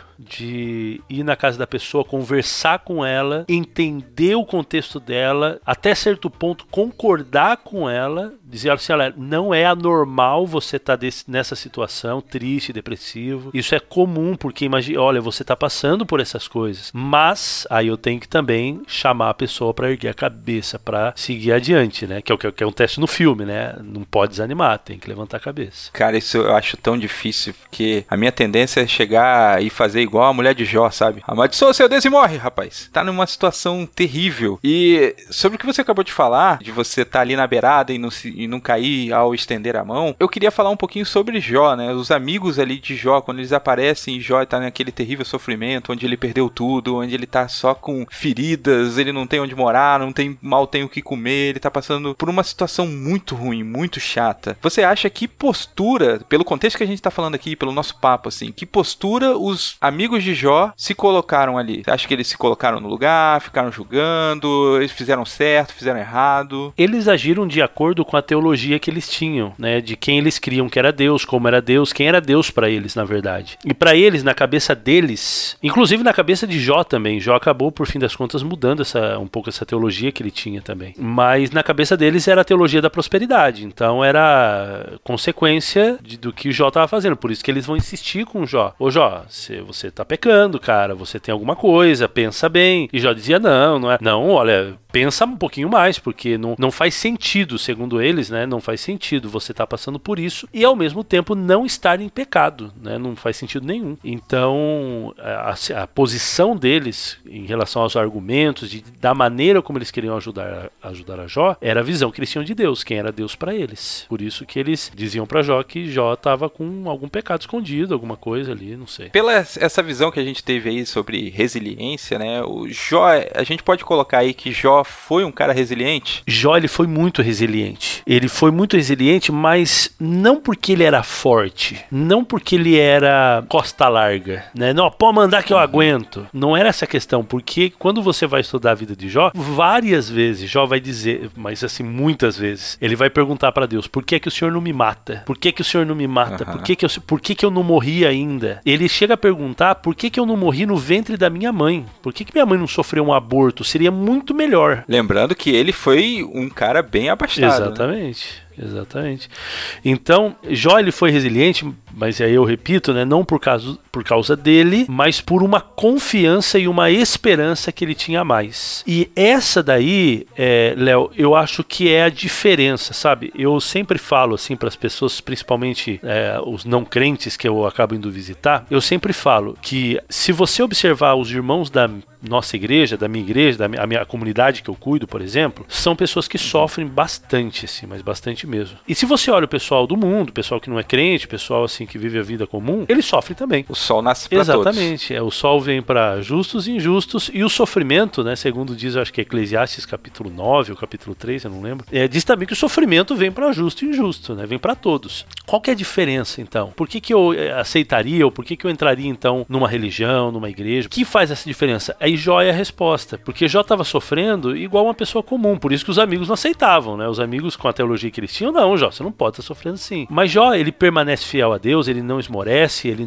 de ir na casa da pessoa, conversar com ela, entender o contexto dela, até certo ponto concordar com ela, dizer assim, olha, não é anormal você estar nessa situação, triste, depressivo. Isso é comum, porque imagina, olha, você está passando por essas coisas. Mas aí eu tenho que também chamar a pessoa para erguer a cabeça, para seguir adiante, né? Que é o que acontece no filme, né? Não pode desanimar, tem que levantar a cabeça. Cara, isso eu acho tão difícil, porque a minha tendência é chegar e fazer igual a mulher de Jó, sabe? Amaldiçoa seu Deus e morre, rapaz. Tá numa situação terrível. E sobre o que você acabou de falar, de você estar ali na beirada e não cair ao estender a mão, eu queria falar um pouquinho sobre Jó, né? Os amigos ali de Jó, quando eles aparecem e Jó tá naquele terrível sofrimento, onde ele perdeu tudo, onde ele tá só com feridas, ele não tem onde morar, mal tem o que comer, ele tá passando por uma situação muito ruim, muito chata. Você acha que postura, pelo contexto que a gente tá falando aqui, pelo nosso papo, assim, que postura os amigos de Jó se colocaram ali? Você acha que eles se colocaram no lugar, ficaram julgando, eles fizeram certo, fizeram errado? Eles agiram de acordo com a teologia que eles tinham, né? De quem eles criam que era Deus, como era Deus, quem era Deus pra eles, na verdade. E pra eles, na cabeça deles, inclusive na cabeça de Jó também, Jó acabou, por fim das contas, mudando um pouco essa teologia que ele tinha também. Mas na cabeça deles era a teologia da prosperidade, então era consequência do que Jó estava fazendo, por isso que eles vão insistir com Jó. Ô Jó, você tá pecando, cara, você tem alguma coisa, pensa bem. E Jó dizia, não é. Não, olha, pensa um pouquinho mais, porque não faz sentido, segundo eles, né? Não faz sentido você estar passando por isso e ao mesmo tempo não estar em pecado, né? Não faz sentido nenhum. Então, a posição deles em relação aos argumentos, da maneira como eles queriam ajudar a Jó, era a visão que eles tinham de Deus, quem era Deus para eles. Por isso que eles diziam para Jó que Jó estava com algum pecado escondido, alguma coisa ali, não sei. Pela essa visão que a gente teve aí sobre resiliência, né? O Jó, a gente pode colocar aí que Jó foi um cara resiliente? Jó, ele foi muito resiliente. Ele foi muito resiliente, mas não porque ele era forte, não porque ele era costa larga, né? Não, pode mandar que eu aguento. Não era essa questão, porque quando você vai estudar a vida de Jó, várias vezes Jó vai dizer, mas assim, muitas vezes, ele vai perguntar para Deus, por que que o Senhor não me mata? Por que que o Senhor não me mata? Por que que eu não morri ainda? Ele chega a perguntar, por que que eu não morri no ventre da minha mãe? Por que que minha mãe não sofreu um aborto? Seria muito melhor. Lembrando que ele foi um cara bem abastado. Exatamente. Né? Exatamente. Então, Jó, ele foi resiliente, mas aí eu repito, né, não por causa dele, mas por uma confiança e uma esperança que ele tinha a mais. E essa daí, Léo, eu acho que é a diferença, sabe? Eu sempre falo assim para as pessoas, principalmente os não crentes que eu acabo indo visitar, eu sempre falo que se você observar os irmãos da nossa igreja, da minha igreja, a minha comunidade que eu cuido, por exemplo, são pessoas que sofrem bastante, assim, mas bastante mesmo. E se você olha o pessoal do mundo, o pessoal que não é crente, o pessoal assim que vive a vida comum, ele sofre também. O sol nasce para todos. Exatamente. O sol vem para justos e injustos, e o sofrimento, né, segundo diz, eu acho que é Eclesiastes capítulo 9 ou capítulo 3, eu não lembro, diz também que o sofrimento vem para justo e injusto, né, vem para todos. Qual que é a diferença, então? Por que eu aceitaria, ou por que eu entraria, então, numa religião, numa igreja? O que faz essa diferença? Aí Jó é a resposta, porque Jó estava sofrendo igual uma pessoa comum, por isso que os amigos não aceitavam, né? Os amigos com a teologia que eles tinham, não, Jó, você não pode estar sofrendo assim. Mas Jó, ele permanece fiel a Deus, ele não esmorece, ele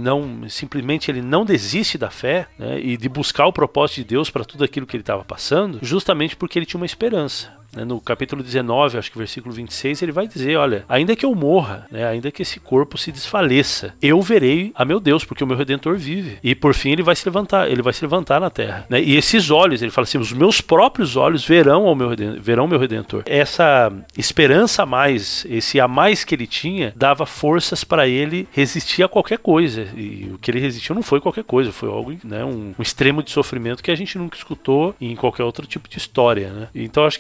não desiste da fé, né? E de buscar o propósito de Deus para tudo aquilo que ele estava passando, justamente porque ele tinha uma esperança. No capítulo 19, acho que versículo 26, ele vai dizer, olha, ainda que eu morra, né, ainda que esse corpo se desfaleça, eu verei a meu Deus, porque o meu Redentor vive. E por fim ele vai se levantar na terra. Né? E esses olhos, ele fala assim, os meus próprios olhos verão meu Redentor. Essa esperança a mais, esse a mais que ele tinha, dava forças para ele resistir a qualquer coisa. E o que ele resistiu não foi qualquer coisa, foi algo, né, um extremo de sofrimento que a gente nunca escutou em qualquer outro tipo de história. Né? Então acho que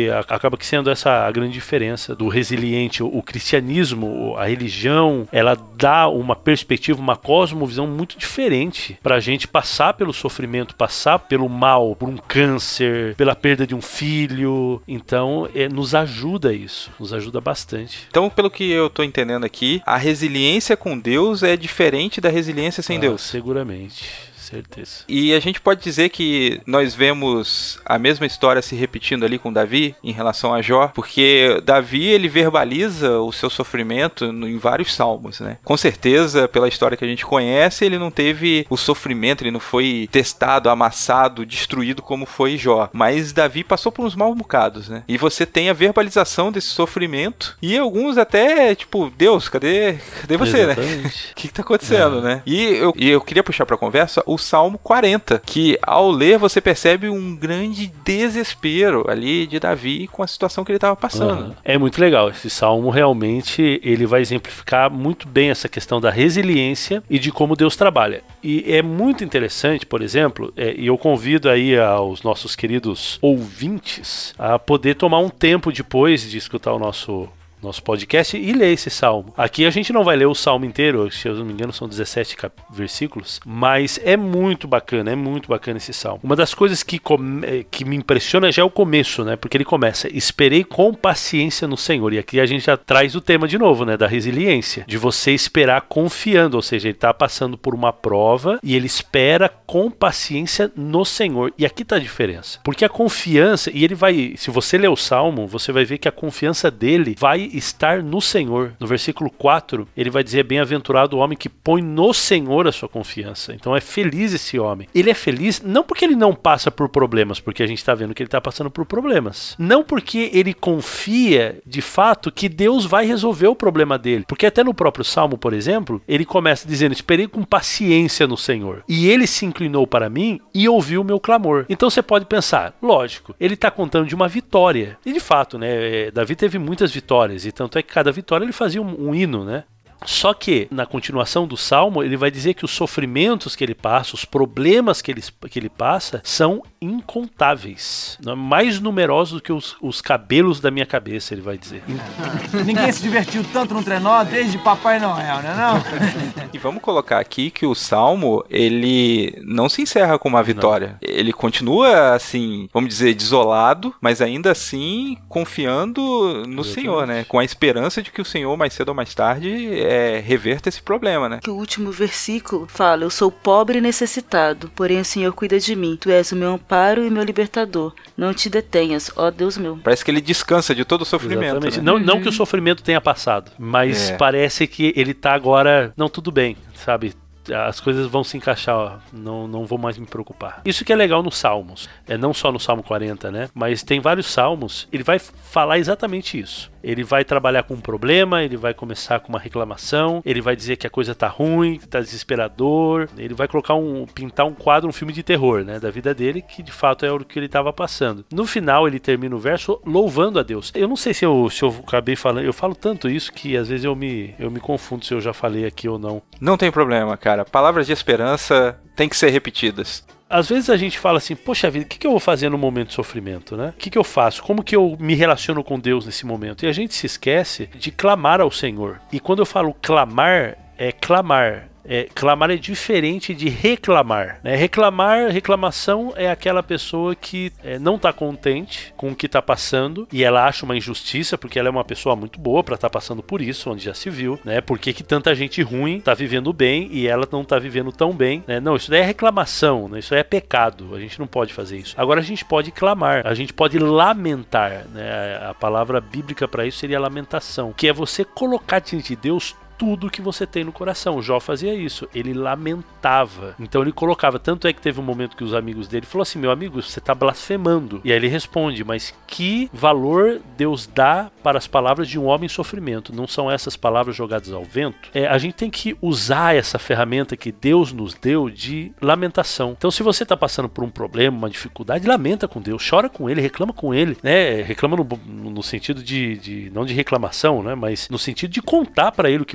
que acaba que sendo essa a grande diferença do resiliente. O cristianismo, a religião, ela dá uma perspectiva, uma cosmovisão muito diferente pra gente passar pelo sofrimento, passar pelo mal, por um câncer, pela perda de um filho. Então, nos ajuda isso, nos ajuda bastante. Então, pelo que eu tô entendendo aqui, a resiliência com Deus é diferente da resiliência sem Deus. Seguramente. Certeza. E a gente pode dizer que nós vemos a mesma história se repetindo ali com Davi em relação a Jó, porque Davi, ele verbaliza o seu sofrimento em vários salmos, né? Com certeza, pela história que a gente conhece, ele não teve o sofrimento, ele não foi testado, amassado, destruído como foi Jó, mas Davi passou por uns maus bocados, né? E você tem a verbalização desse sofrimento e alguns até, tipo, Deus, cadê você, Exatamente. Né? O que tá acontecendo, né? E eu queria puxar pra conversa o Salmo 40, que ao ler você percebe um grande desespero ali de Davi com a situação que ele estava passando. É muito legal, esse Salmo realmente ele vai exemplificar muito bem essa questão da resiliência e de como Deus trabalha. E é muito interessante, por exemplo, e eu convido aí aos nossos queridos ouvintes a poder tomar um tempo depois de escutar o nosso podcast e ler esse salmo. Aqui a gente não vai ler o salmo inteiro, se eu não me engano são 17 versículos, mas é muito bacana esse salmo. Uma das coisas que me impressiona já é o começo, né? Porque ele começa: esperei com paciência no Senhor. E aqui a gente já traz o tema de novo, né? Da resiliência, de você esperar confiando, ou seja, ele está passando por uma prova e ele espera com paciência no Senhor. E aqui está a diferença, porque a confiança, e ele vai, se você ler o salmo, você vai ver que a confiança dele vai estar no Senhor. No versículo 4, ele vai dizer: bem-aventurado o homem que põe no Senhor a sua confiança. Então é feliz esse homem. Ele é feliz não porque ele não passa por problemas, porque a gente está vendo que ele está passando por problemas. Não porque ele confia, de fato, que Deus vai resolver o problema dele. Porque até no próprio Salmo, por exemplo, ele começa dizendo: esperei com paciência no Senhor, e ele se inclinou para mim e ouviu o meu clamor. Então você pode pensar, lógico, ele está contando de uma vitória. E de fato, né, Davi teve muitas vitórias, e tanto é que cada vitória ele fazia um hino, né? Só que, na continuação do Salmo, ele vai dizer que os sofrimentos que ele passa, os problemas que ele passa, são incontáveis. Mais numerosos do que os cabelos da minha cabeça, ele vai dizer. Ninguém se divertiu tanto no trenó desde Papai Noel, né não? E vamos colocar aqui que o Salmo, ele não se encerra com uma vitória. Não. Ele continua, assim, vamos dizer, desolado, mas ainda assim confiando no Senhor, né? Com a esperança de que o Senhor, mais cedo ou mais tarde, reverta esse problema, né? Que o último versículo fala: eu sou pobre e necessitado, porém o Senhor cuida de mim. Tu és o meu amparo e meu libertador. Não te detenhas, ó Deus meu. Parece que ele descansa de todo o sofrimento. Né? Não que o sofrimento tenha passado, mas parece que ele tá agora, não, tudo bem, sabe? As coisas vão se encaixar, ó. Não vou mais me preocupar. Isso que é legal nos Salmos, não só no Salmo 40, né? Mas tem vários Salmos, ele vai falar exatamente isso. Ele vai trabalhar com um problema, ele vai começar com uma reclamação, ele vai dizer que a coisa tá ruim, que tá desesperador, ele vai pintar um quadro, um filme de terror, né, da vida dele, que de fato é o que ele estava passando. No final ele termina o verso louvando a Deus. Eu não sei se eu acabei falando, eu falo tanto isso que às vezes eu me confundo se eu já falei aqui ou não. Não tem problema, cara. Palavras de esperança têm que ser repetidas. Às vezes a gente fala assim, poxa vida, o que eu vou fazer no momento de sofrimento, né? O que eu faço? Como que eu me relaciono com Deus nesse momento? E a gente se esquece de clamar ao Senhor. E quando eu falo clamar, é clamar. Clamar é diferente de reclamar, né? Reclamação é aquela pessoa que não está contente com o que está passando e ela acha uma injustiça porque ela é uma pessoa muito boa para estar passando por isso, onde já se viu, né? Por que tanta gente ruim está vivendo bem e ela não está vivendo tão bem, né? Não, isso daí é reclamação, né? Isso é pecado, a gente não pode fazer isso. Agora a gente pode clamar, a gente pode lamentar, né? A palavra bíblica para isso seria lamentação, que é você colocar diante de Deus tudo que você tem no coração. Jó fazia isso, ele lamentava, então ele colocava, tanto é que teve um momento que os amigos dele falaram assim, meu amigo, você está blasfemando, e aí ele responde, mas que valor Deus dá para as palavras de um homem em sofrimento? Não são essas palavras jogadas ao vento? A gente tem que usar essa ferramenta que Deus nos deu de lamentação. Então se você está passando por um problema, uma dificuldade, lamenta com Deus, chora com ele, reclama com ele, né? Reclama no sentido de não de reclamação, né? Mas no sentido de contar para ele o que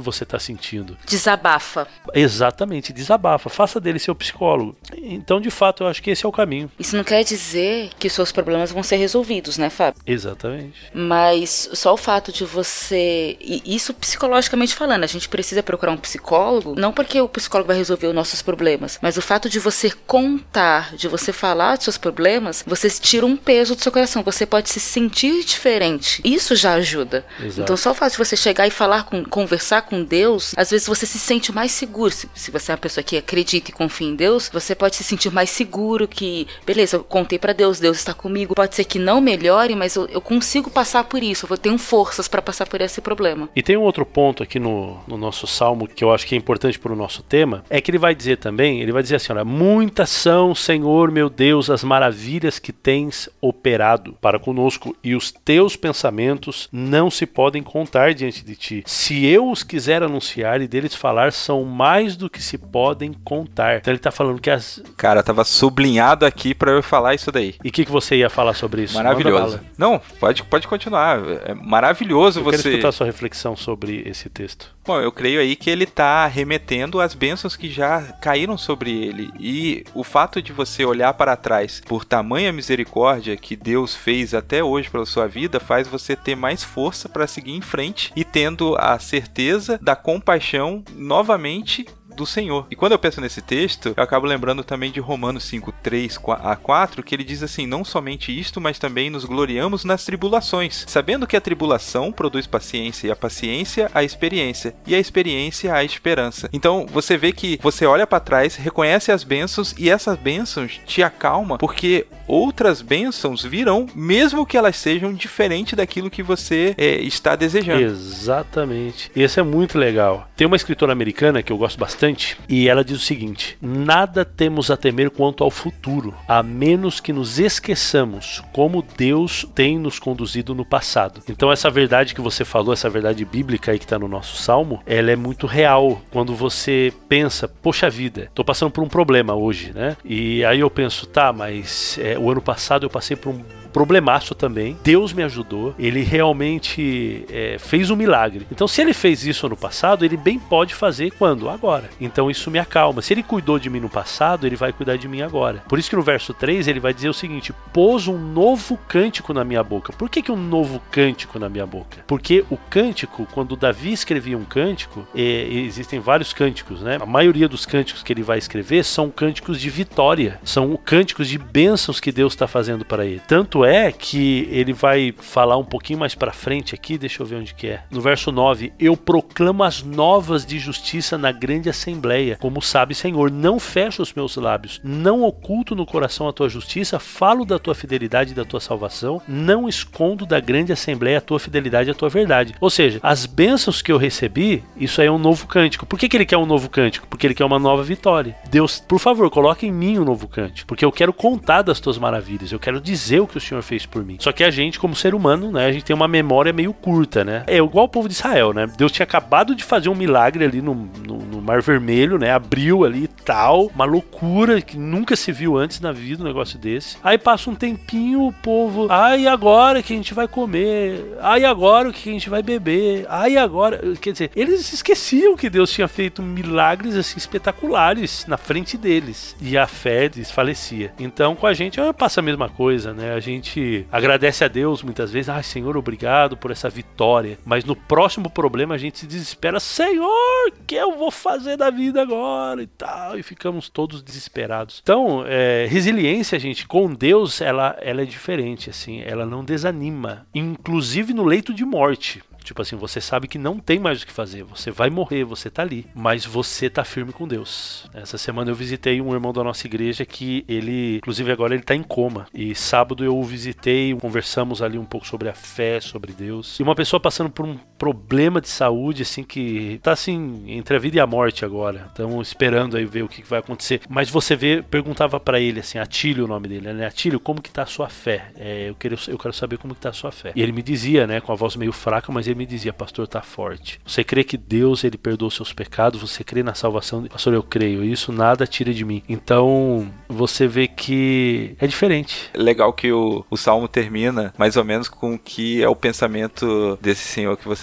você está sentindo. Desabafa. Exatamente, desabafa. Faça dele seu psicólogo. Então, de fato, eu acho que esse é o caminho. Isso não quer dizer que os seus problemas vão ser resolvidos, né, Fábio? Exatamente. Mas só o fato de você... E isso psicologicamente falando, a gente precisa procurar um psicólogo, não porque o psicólogo vai resolver os nossos problemas, mas o fato de você contar, de você falar dos seus problemas, você tira um peso do seu coração. Você pode se sentir diferente. Isso já ajuda. Exato. Então só o fato de você chegar e conversar com Deus, às vezes você se sente mais seguro. Se você é uma pessoa que acredita e confia em Deus, você pode se sentir mais seguro que, beleza, eu contei pra Deus, Deus está comigo. Pode ser que não melhore, mas eu consigo passar por isso. Eu tenho forças pra passar por esse problema. E tem um outro ponto aqui no nosso salmo que eu acho que é importante para o nosso tema, é que ele vai dizer também, ele vai dizer assim, olha, muitas são, Senhor meu Deus, as maravilhas que tens operado para conosco, e os teus pensamentos não se podem contar diante de ti. Se eu os quiser anunciar e deles falar, são mais do que se podem contar. Então ele tá falando que as... Cara, tava sublinhado aqui pra eu falar isso daí. E o que você ia falar sobre isso? Maravilhoso. Não, pode continuar. É maravilhoso eu quero escutar sua reflexão sobre esse texto. Bom, eu creio aí que ele tá remetendo às bênçãos que já caíram sobre ele. E o fato de você olhar para trás por tamanha misericórdia que Deus fez até hoje pela sua vida, faz você ter mais força para seguir em frente e tendo a certeza da compaixão novamente do Senhor. E quando eu penso nesse texto, eu acabo lembrando também de Romanos 5, 3 a 4, que ele diz assim, não somente isto, mas também nos gloriamos nas tribulações, sabendo que a tribulação produz paciência, e a paciência a experiência, e a experiência a esperança. Então, você vê que você olha para trás, reconhece as bênçãos, e essas bênçãos te acalmam, porque outras bênçãos virão, mesmo que elas sejam diferentes daquilo que você está desejando. Exatamente. E isso é muito legal. Tem uma escritora americana que eu gosto bastante, e ela diz o seguinte: nada temos a temer quanto ao futuro, a menos que nos esqueçamos como Deus tem nos conduzido no passado. Então essa verdade que você falou, essa verdade bíblica aí que está no nosso salmo, ela é muito real. Quando você pensa, poxa vida, tô passando por um problema hoje, né? E aí eu penso, tá, mas o ano passado eu passei por um problemaço também, Deus me ajudou, ele realmente fez um milagre. Então se ele fez isso ano passado, ele bem pode fazer quando? Agora. Então isso me acalma. Se ele cuidou de mim no passado, ele vai cuidar de mim agora. Por isso que no verso 3 ele vai dizer o seguinte: pôs um novo cântico na minha boca. Por que um novo cântico na minha boca? Porque o cântico, quando Davi escrevia um cântico, existem vários cânticos, né? A maioria dos cânticos que ele vai escrever são cânticos de vitória, são cânticos de bênçãos que Deus está fazendo para ele. Tanto é que ele vai falar um pouquinho mais pra frente aqui, deixa eu ver onde que é. No verso 9, eu proclamo as novas de justiça na grande assembleia. Como sabe, Senhor, não fecho os meus lábios, não oculto no coração a tua justiça, falo da tua fidelidade e da tua salvação, não escondo da grande assembleia a tua fidelidade e a tua verdade. Ou seja, as bênçãos que eu recebi, isso aí é um novo cântico. Por que ele quer um novo cântico? Porque ele quer uma nova vitória. Deus, por favor, coloque em mim um novo cântico, porque eu quero contar das tuas maravilhas, eu quero dizer o que o Senhor fez por mim. Só que a gente, como ser humano, né, a gente tem uma memória meio curta, né? É igual o povo de Israel, né? Deus tinha acabado de fazer um milagre ali no Mar Vermelho, né? Abriu ali e tal, uma loucura que nunca se viu antes na vida, um negócio desse. Aí passa um tempinho, o povo, e agora que a gente vai comer? E agora o que a gente vai beber? E agora? Quer dizer, eles esqueciam que Deus tinha feito milagres assim espetaculares na frente deles. E a fé desfalecia. Então com a gente passa a mesma coisa, né? A gente agradece a Deus muitas vezes, Senhor, obrigado por essa vitória, mas no próximo problema a gente se desespera, Senhor, o que eu vou fazer da vida agora e tal, e ficamos todos desesperados. Então, resiliência, gente, com Deus, ela é diferente, assim, ela não desanima, inclusive no leito de morte. Tipo assim, você sabe que não tem mais o que fazer, você vai morrer, você tá ali, mas você tá firme com Deus. Essa semana eu visitei um irmão da nossa igreja que ele, inclusive agora ele tá em coma, e sábado eu o visitei, conversamos ali um pouco sobre a fé, sobre Deus, e uma pessoa passando por um problema de saúde, assim, que tá assim, entre a vida e a morte agora, então esperando aí ver o que vai acontecer, mas você vê, perguntava pra ele assim, Atílio o nome dele, né? Atílio, como que tá a sua fé? Eu quero saber como que tá a sua fé. E ele me dizia, né, com a voz meio fraca, mas ele me dizia, pastor, tá forte. Você crê que Deus, ele perdoa os seus pecados? Você crê na salvação? Pastor, eu creio. Isso nada tira de mim. Então, você vê que é diferente. Legal que o Salmo termina mais ou menos com o que é o pensamento desse senhor que você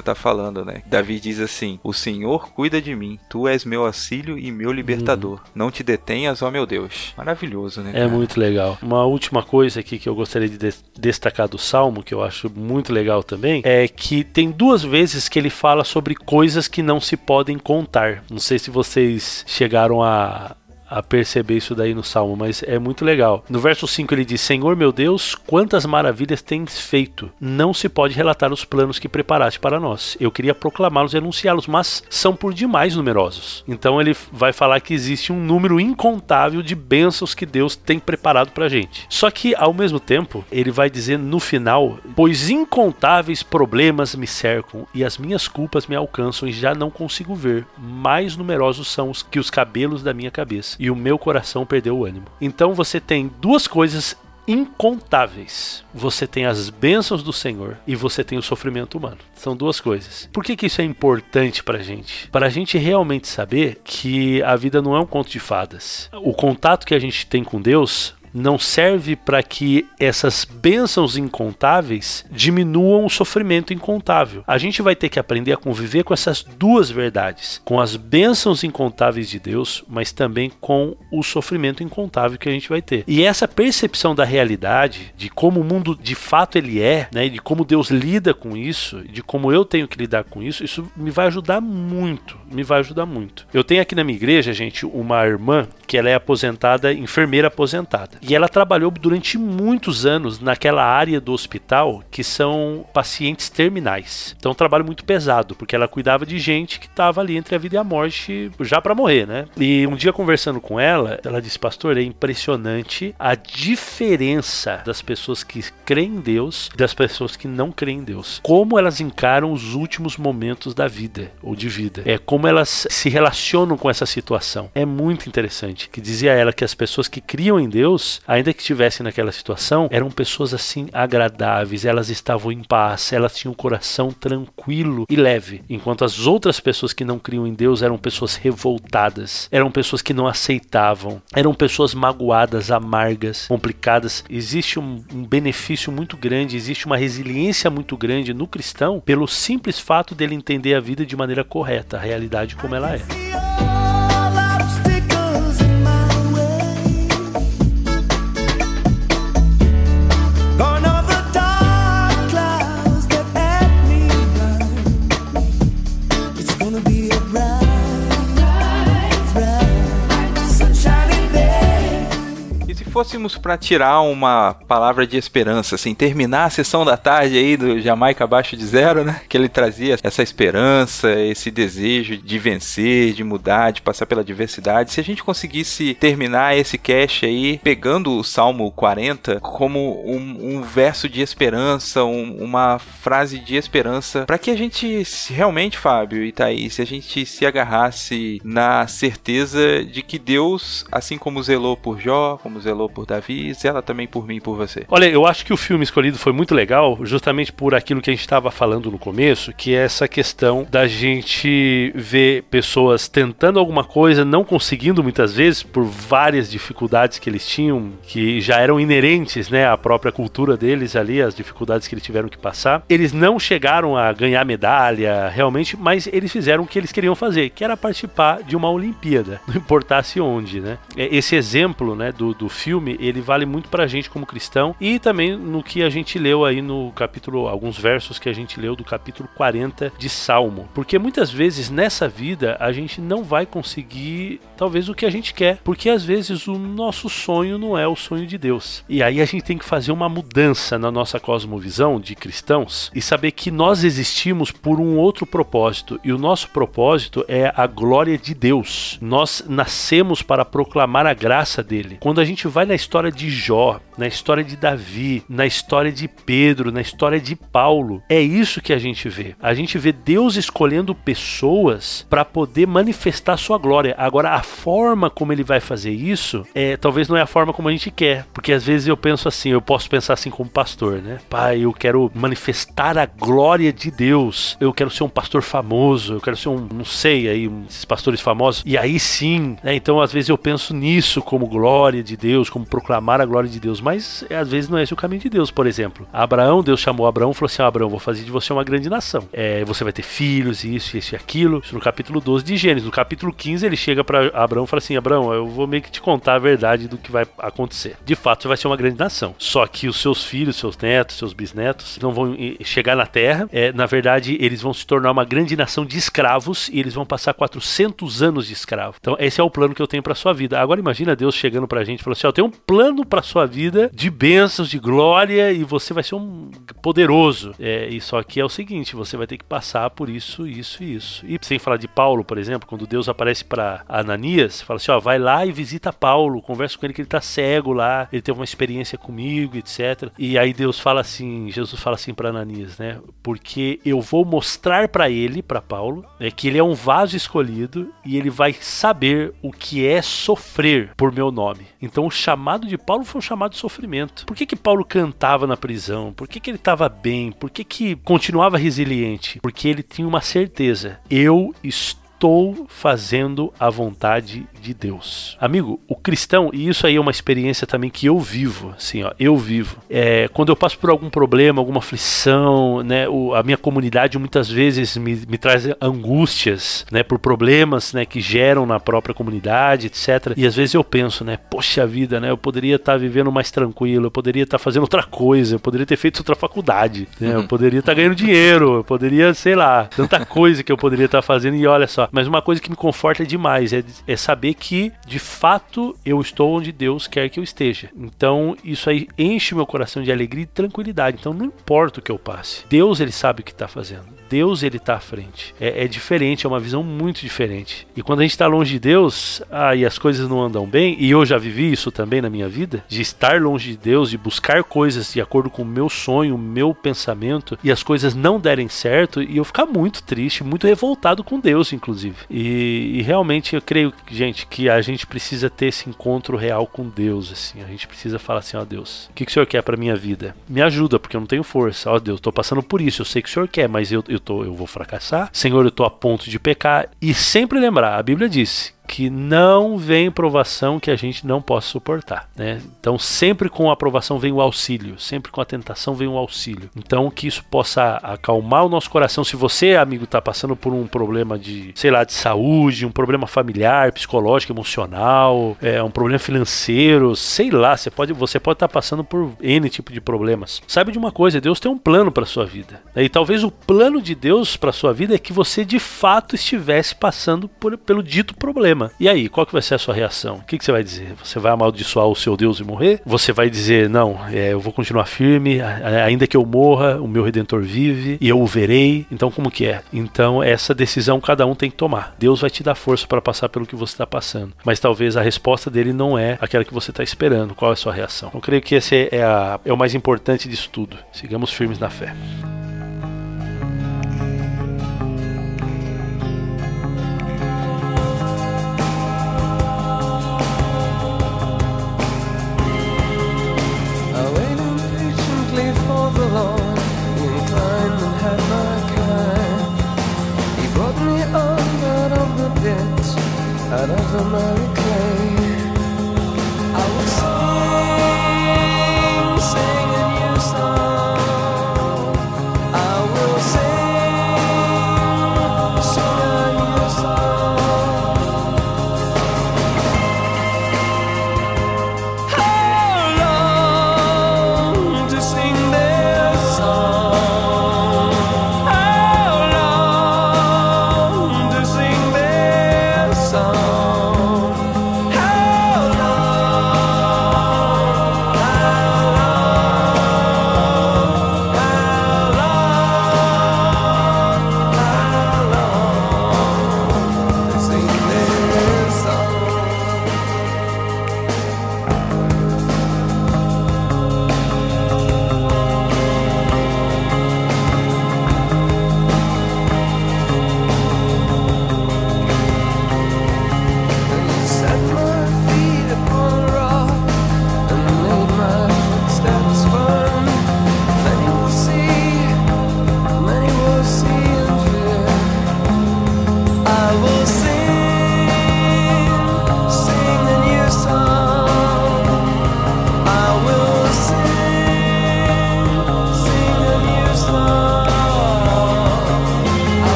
você tá falando, né? Davi diz assim: o Senhor cuida de mim, tu és meu auxílio e meu libertador. Não te detenhas, ó meu Deus. Maravilhoso, né, cara? É muito legal. Uma última coisa aqui que eu gostaria de destacar do Salmo, que eu acho muito legal também, é que tem 2 vezes que ele fala sobre coisas que não se podem contar. Não sei se vocês chegaram a perceber isso daí no Salmo, mas é muito legal. No verso 5 ele diz: Senhor meu Deus, quantas maravilhas tens feito. Não se pode relatar os planos que preparaste para nós. Eu queria proclamá-los e anunciá-los, mas são por demais numerosos. Então ele vai falar que existe um número incontável de bênçãos que Deus tem preparado pra gente. Só que ao mesmo tempo, ele vai dizer no final: pois incontáveis problemas me cercam e as minhas culpas me alcançam e já não consigo ver. Mais numerosos são os cabelos da minha cabeça. E o meu coração perdeu o ânimo. Então você tem 2 coisas incontáveis. Você tem as bênçãos do Senhor e você tem o sofrimento humano. São 2 coisas. Por que isso é importante pra gente? Para a gente realmente saber que a vida não é um conto de fadas. O contato que a gente tem com Deus não serve para que essas bênçãos incontáveis diminuam o sofrimento incontável. A gente vai ter que aprender a conviver com essas 2 verdades, com as bênçãos incontáveis de Deus, mas também com o sofrimento incontável que a gente vai ter. E essa percepção da realidade, de como o mundo de fato ele é, né, de como Deus lida com isso, de como eu tenho que lidar com isso, isso me vai ajudar muito, Eu tenho aqui na minha igreja, gente, uma irmã que ela é aposentada, enfermeira aposentada. E ela trabalhou durante muitos anos naquela área do hospital que são pacientes terminais. Então um trabalho muito pesado, porque ela cuidava de gente que estava ali entre a vida e a morte, já para morrer, né? E um dia conversando com ela disse: pastor, é impressionante a diferença das pessoas que creem em Deus e das pessoas que não creem em Deus. Como elas encaram os últimos momentos da vida, ou de vida. Como elas se relacionam com essa situação. É muito interessante. Que dizia ela que as pessoas que criam em Deus, ainda que estivessem naquela situação, eram pessoas assim agradáveis, elas estavam em paz, elas tinham um coração tranquilo e leve, enquanto as outras pessoas que não criam em Deus eram pessoas revoltadas, eram pessoas que não aceitavam, eram pessoas magoadas, amargas, complicadas. Existe um benefício muito grande, existe uma resiliência muito grande no cristão pelo simples fato dele entender a vida de maneira correta, a realidade como ela é. Fôssemos para tirar uma palavra de esperança, assim, terminar a sessão da tarde aí do Jamaica Abaixo de Zero, né? Que ele trazia essa esperança, esse desejo de vencer, de mudar, de passar pela diversidade. Se a gente conseguisse terminar esse cast aí, pegando o Salmo 40 como um verso de esperança, uma frase de esperança, para que a gente realmente, Fábio e Thaís, se a gente se agarrasse na certeza de que Deus, assim como zelou por Jó, como zelou por Davi, zela também por mim e por você. Olha, eu acho que o filme escolhido foi muito legal, justamente por aquilo que a gente estava falando no começo, que é essa questão da gente ver pessoas tentando alguma coisa, não conseguindo muitas vezes, por várias dificuldades que eles tinham, que já eram inerentes, né, à própria cultura deles ali, as dificuldades que eles tiveram que passar. Eles não chegaram a ganhar medalha, realmente, mas eles fizeram o que eles queriam fazer, que era participar de uma Olimpíada, não importasse onde, né. Esse exemplo, né, do filme, ele vale muito pra gente como cristão, e também no que a gente leu aí no capítulo, alguns versos que a gente leu do capítulo 40 de Salmo, porque muitas vezes nessa vida a gente não vai conseguir talvez o que a gente quer, porque às vezes o nosso sonho não é o sonho de Deus, e aí a gente tem que fazer uma mudança na nossa cosmovisão de cristãos e saber que nós existimos por um outro propósito, e o nosso propósito é a glória de Deus. Nós nascemos para proclamar a graça dele. Quando a gente vai na história de Jó, na história de Davi, na história de Pedro, na história de Paulo, é isso que a gente vê. A gente vê Deus escolhendo pessoas para poder manifestar sua glória. Agora, a forma como ele vai fazer isso, talvez não é a forma como a gente quer, porque às vezes eu penso assim, eu posso pensar assim como pastor, né? Pai, eu quero manifestar a glória de Deus, eu quero ser um pastor famoso, eu quero ser não sei, aí, esses pastores famosos, e aí sim, né? Então às vezes eu penso nisso como glória de Deus, como proclamar a glória de Deus, mas às vezes não é esse o caminho de Deus. Por exemplo, Abraão, Deus chamou Abraão e falou assim: Abraão, vou fazer de você uma grande nação. Você vai ter filhos, isso e aquilo. Isso no capítulo 12 de Gênesis. No capítulo 15 ele chega para Abraão e fala assim: Abraão, eu vou meio que te contar a verdade do que vai acontecer. De fato, você vai ser uma grande nação. Só que os seus filhos, seus netos, seus bisnetos não vão chegar na terra. Na verdade, eles vão se tornar uma grande nação de escravos e eles vão passar 400 anos de escravo. Então, esse é o plano que eu tenho pra sua vida. Agora, imagina Deus chegando pra gente e falando assim: eu tenho um plano pra sua vida de bênçãos, de glória, e você vai ser um poderoso. E só que é o seguinte, você vai ter que passar por isso, isso e isso. E sem falar de Paulo, por exemplo, quando Deus aparece pra Ananias, fala assim: vai lá e visita Paulo, conversa com ele que ele tá cego lá, ele teve uma experiência comigo, etc. E aí Jesus fala assim pra Ananias, né? Porque eu vou mostrar pra ele, pra Paulo, que ele é um vaso escolhido e ele vai saber o que é sofrer por meu nome. Então o chamado de Paulo foi um chamado de sofrimento. Por que Paulo cantava na prisão? Por que ele estava bem? Por que continuava resiliente? Porque ele tinha uma certeza: eu estou fazendo a vontade de Deus. Amigo, o cristão, e isso aí é uma experiência também que eu vivo, assim, eu vivo. Quando eu passo por algum problema, alguma aflição, né, a minha comunidade muitas vezes me traz angústias, né, por problemas, né, que geram na própria comunidade, etc. E às vezes eu penso, né, poxa vida, né, eu poderia estar vivendo mais tranquilo, eu poderia estar fazendo outra coisa, eu poderia ter feito outra faculdade, né, eu poderia estar ganhando dinheiro, eu poderia, sei lá, tanta coisa que eu poderia estar fazendo. E olha só, mas uma coisa que me conforta demais é saber que, de fato, eu estou onde Deus quer que eu esteja. Então, isso aí enche meu coração de alegria e tranquilidade. Então, não importa o que eu passe. Deus, ele sabe o que está fazendo. Deus, ele está à frente. É diferente, é uma visão muito diferente. E quando a gente está longe de Deus, e as coisas não andam bem, e eu já vivi isso também na minha vida, de estar longe de Deus, de buscar coisas de acordo com o meu sonho, o meu pensamento, e as coisas não derem certo, e eu ficar muito triste, muito revoltado com Deus, inclusive. E realmente eu creio, gente, que a gente precisa ter esse encontro real com Deus, assim. A gente precisa falar assim: ó Deus, o que o Senhor quer pra minha vida? Me ajuda, porque eu não tenho força. Ó Deus, tô passando por isso, eu sei que o Senhor quer, mas eu vou fracassar. Senhor, eu tô a ponto de pecar. E sempre lembrar, a Bíblia disse que não vem provação que a gente não possa suportar, né? Então sempre com a provação vem o auxílio, sempre com a tentação vem o auxílio. Então que isso possa acalmar o nosso coração. Se você, amigo, está passando por um problema de, sei lá, de saúde, um problema familiar, psicológico, emocional, um problema financeiro, sei lá, você pode estar passando por N tipo de problemas. Saiba de uma coisa: Deus tem um plano para sua vida. E talvez o plano de Deus para sua vida é que você de fato estivesse passando pelo dito problema. E aí, qual que vai ser a sua reação? O que você vai dizer? Você vai amaldiçoar o seu Deus e morrer? Você vai dizer: não, eu vou continuar firme, ainda que eu morra, o meu Redentor vive e eu o verei. Então como que é? Então essa decisão cada um tem que tomar. Deus vai te dar força para passar pelo que você está passando, mas talvez a resposta dele não é aquela que você está esperando. Qual é a sua reação? Eu creio que esse é o mais importante disso tudo. Sigamos firmes na fé. Out of the miry clay, I will sing a new song. I will sing a new song. How long to sing this song? How long to sing this song?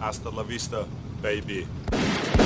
Hasta la vista, baby.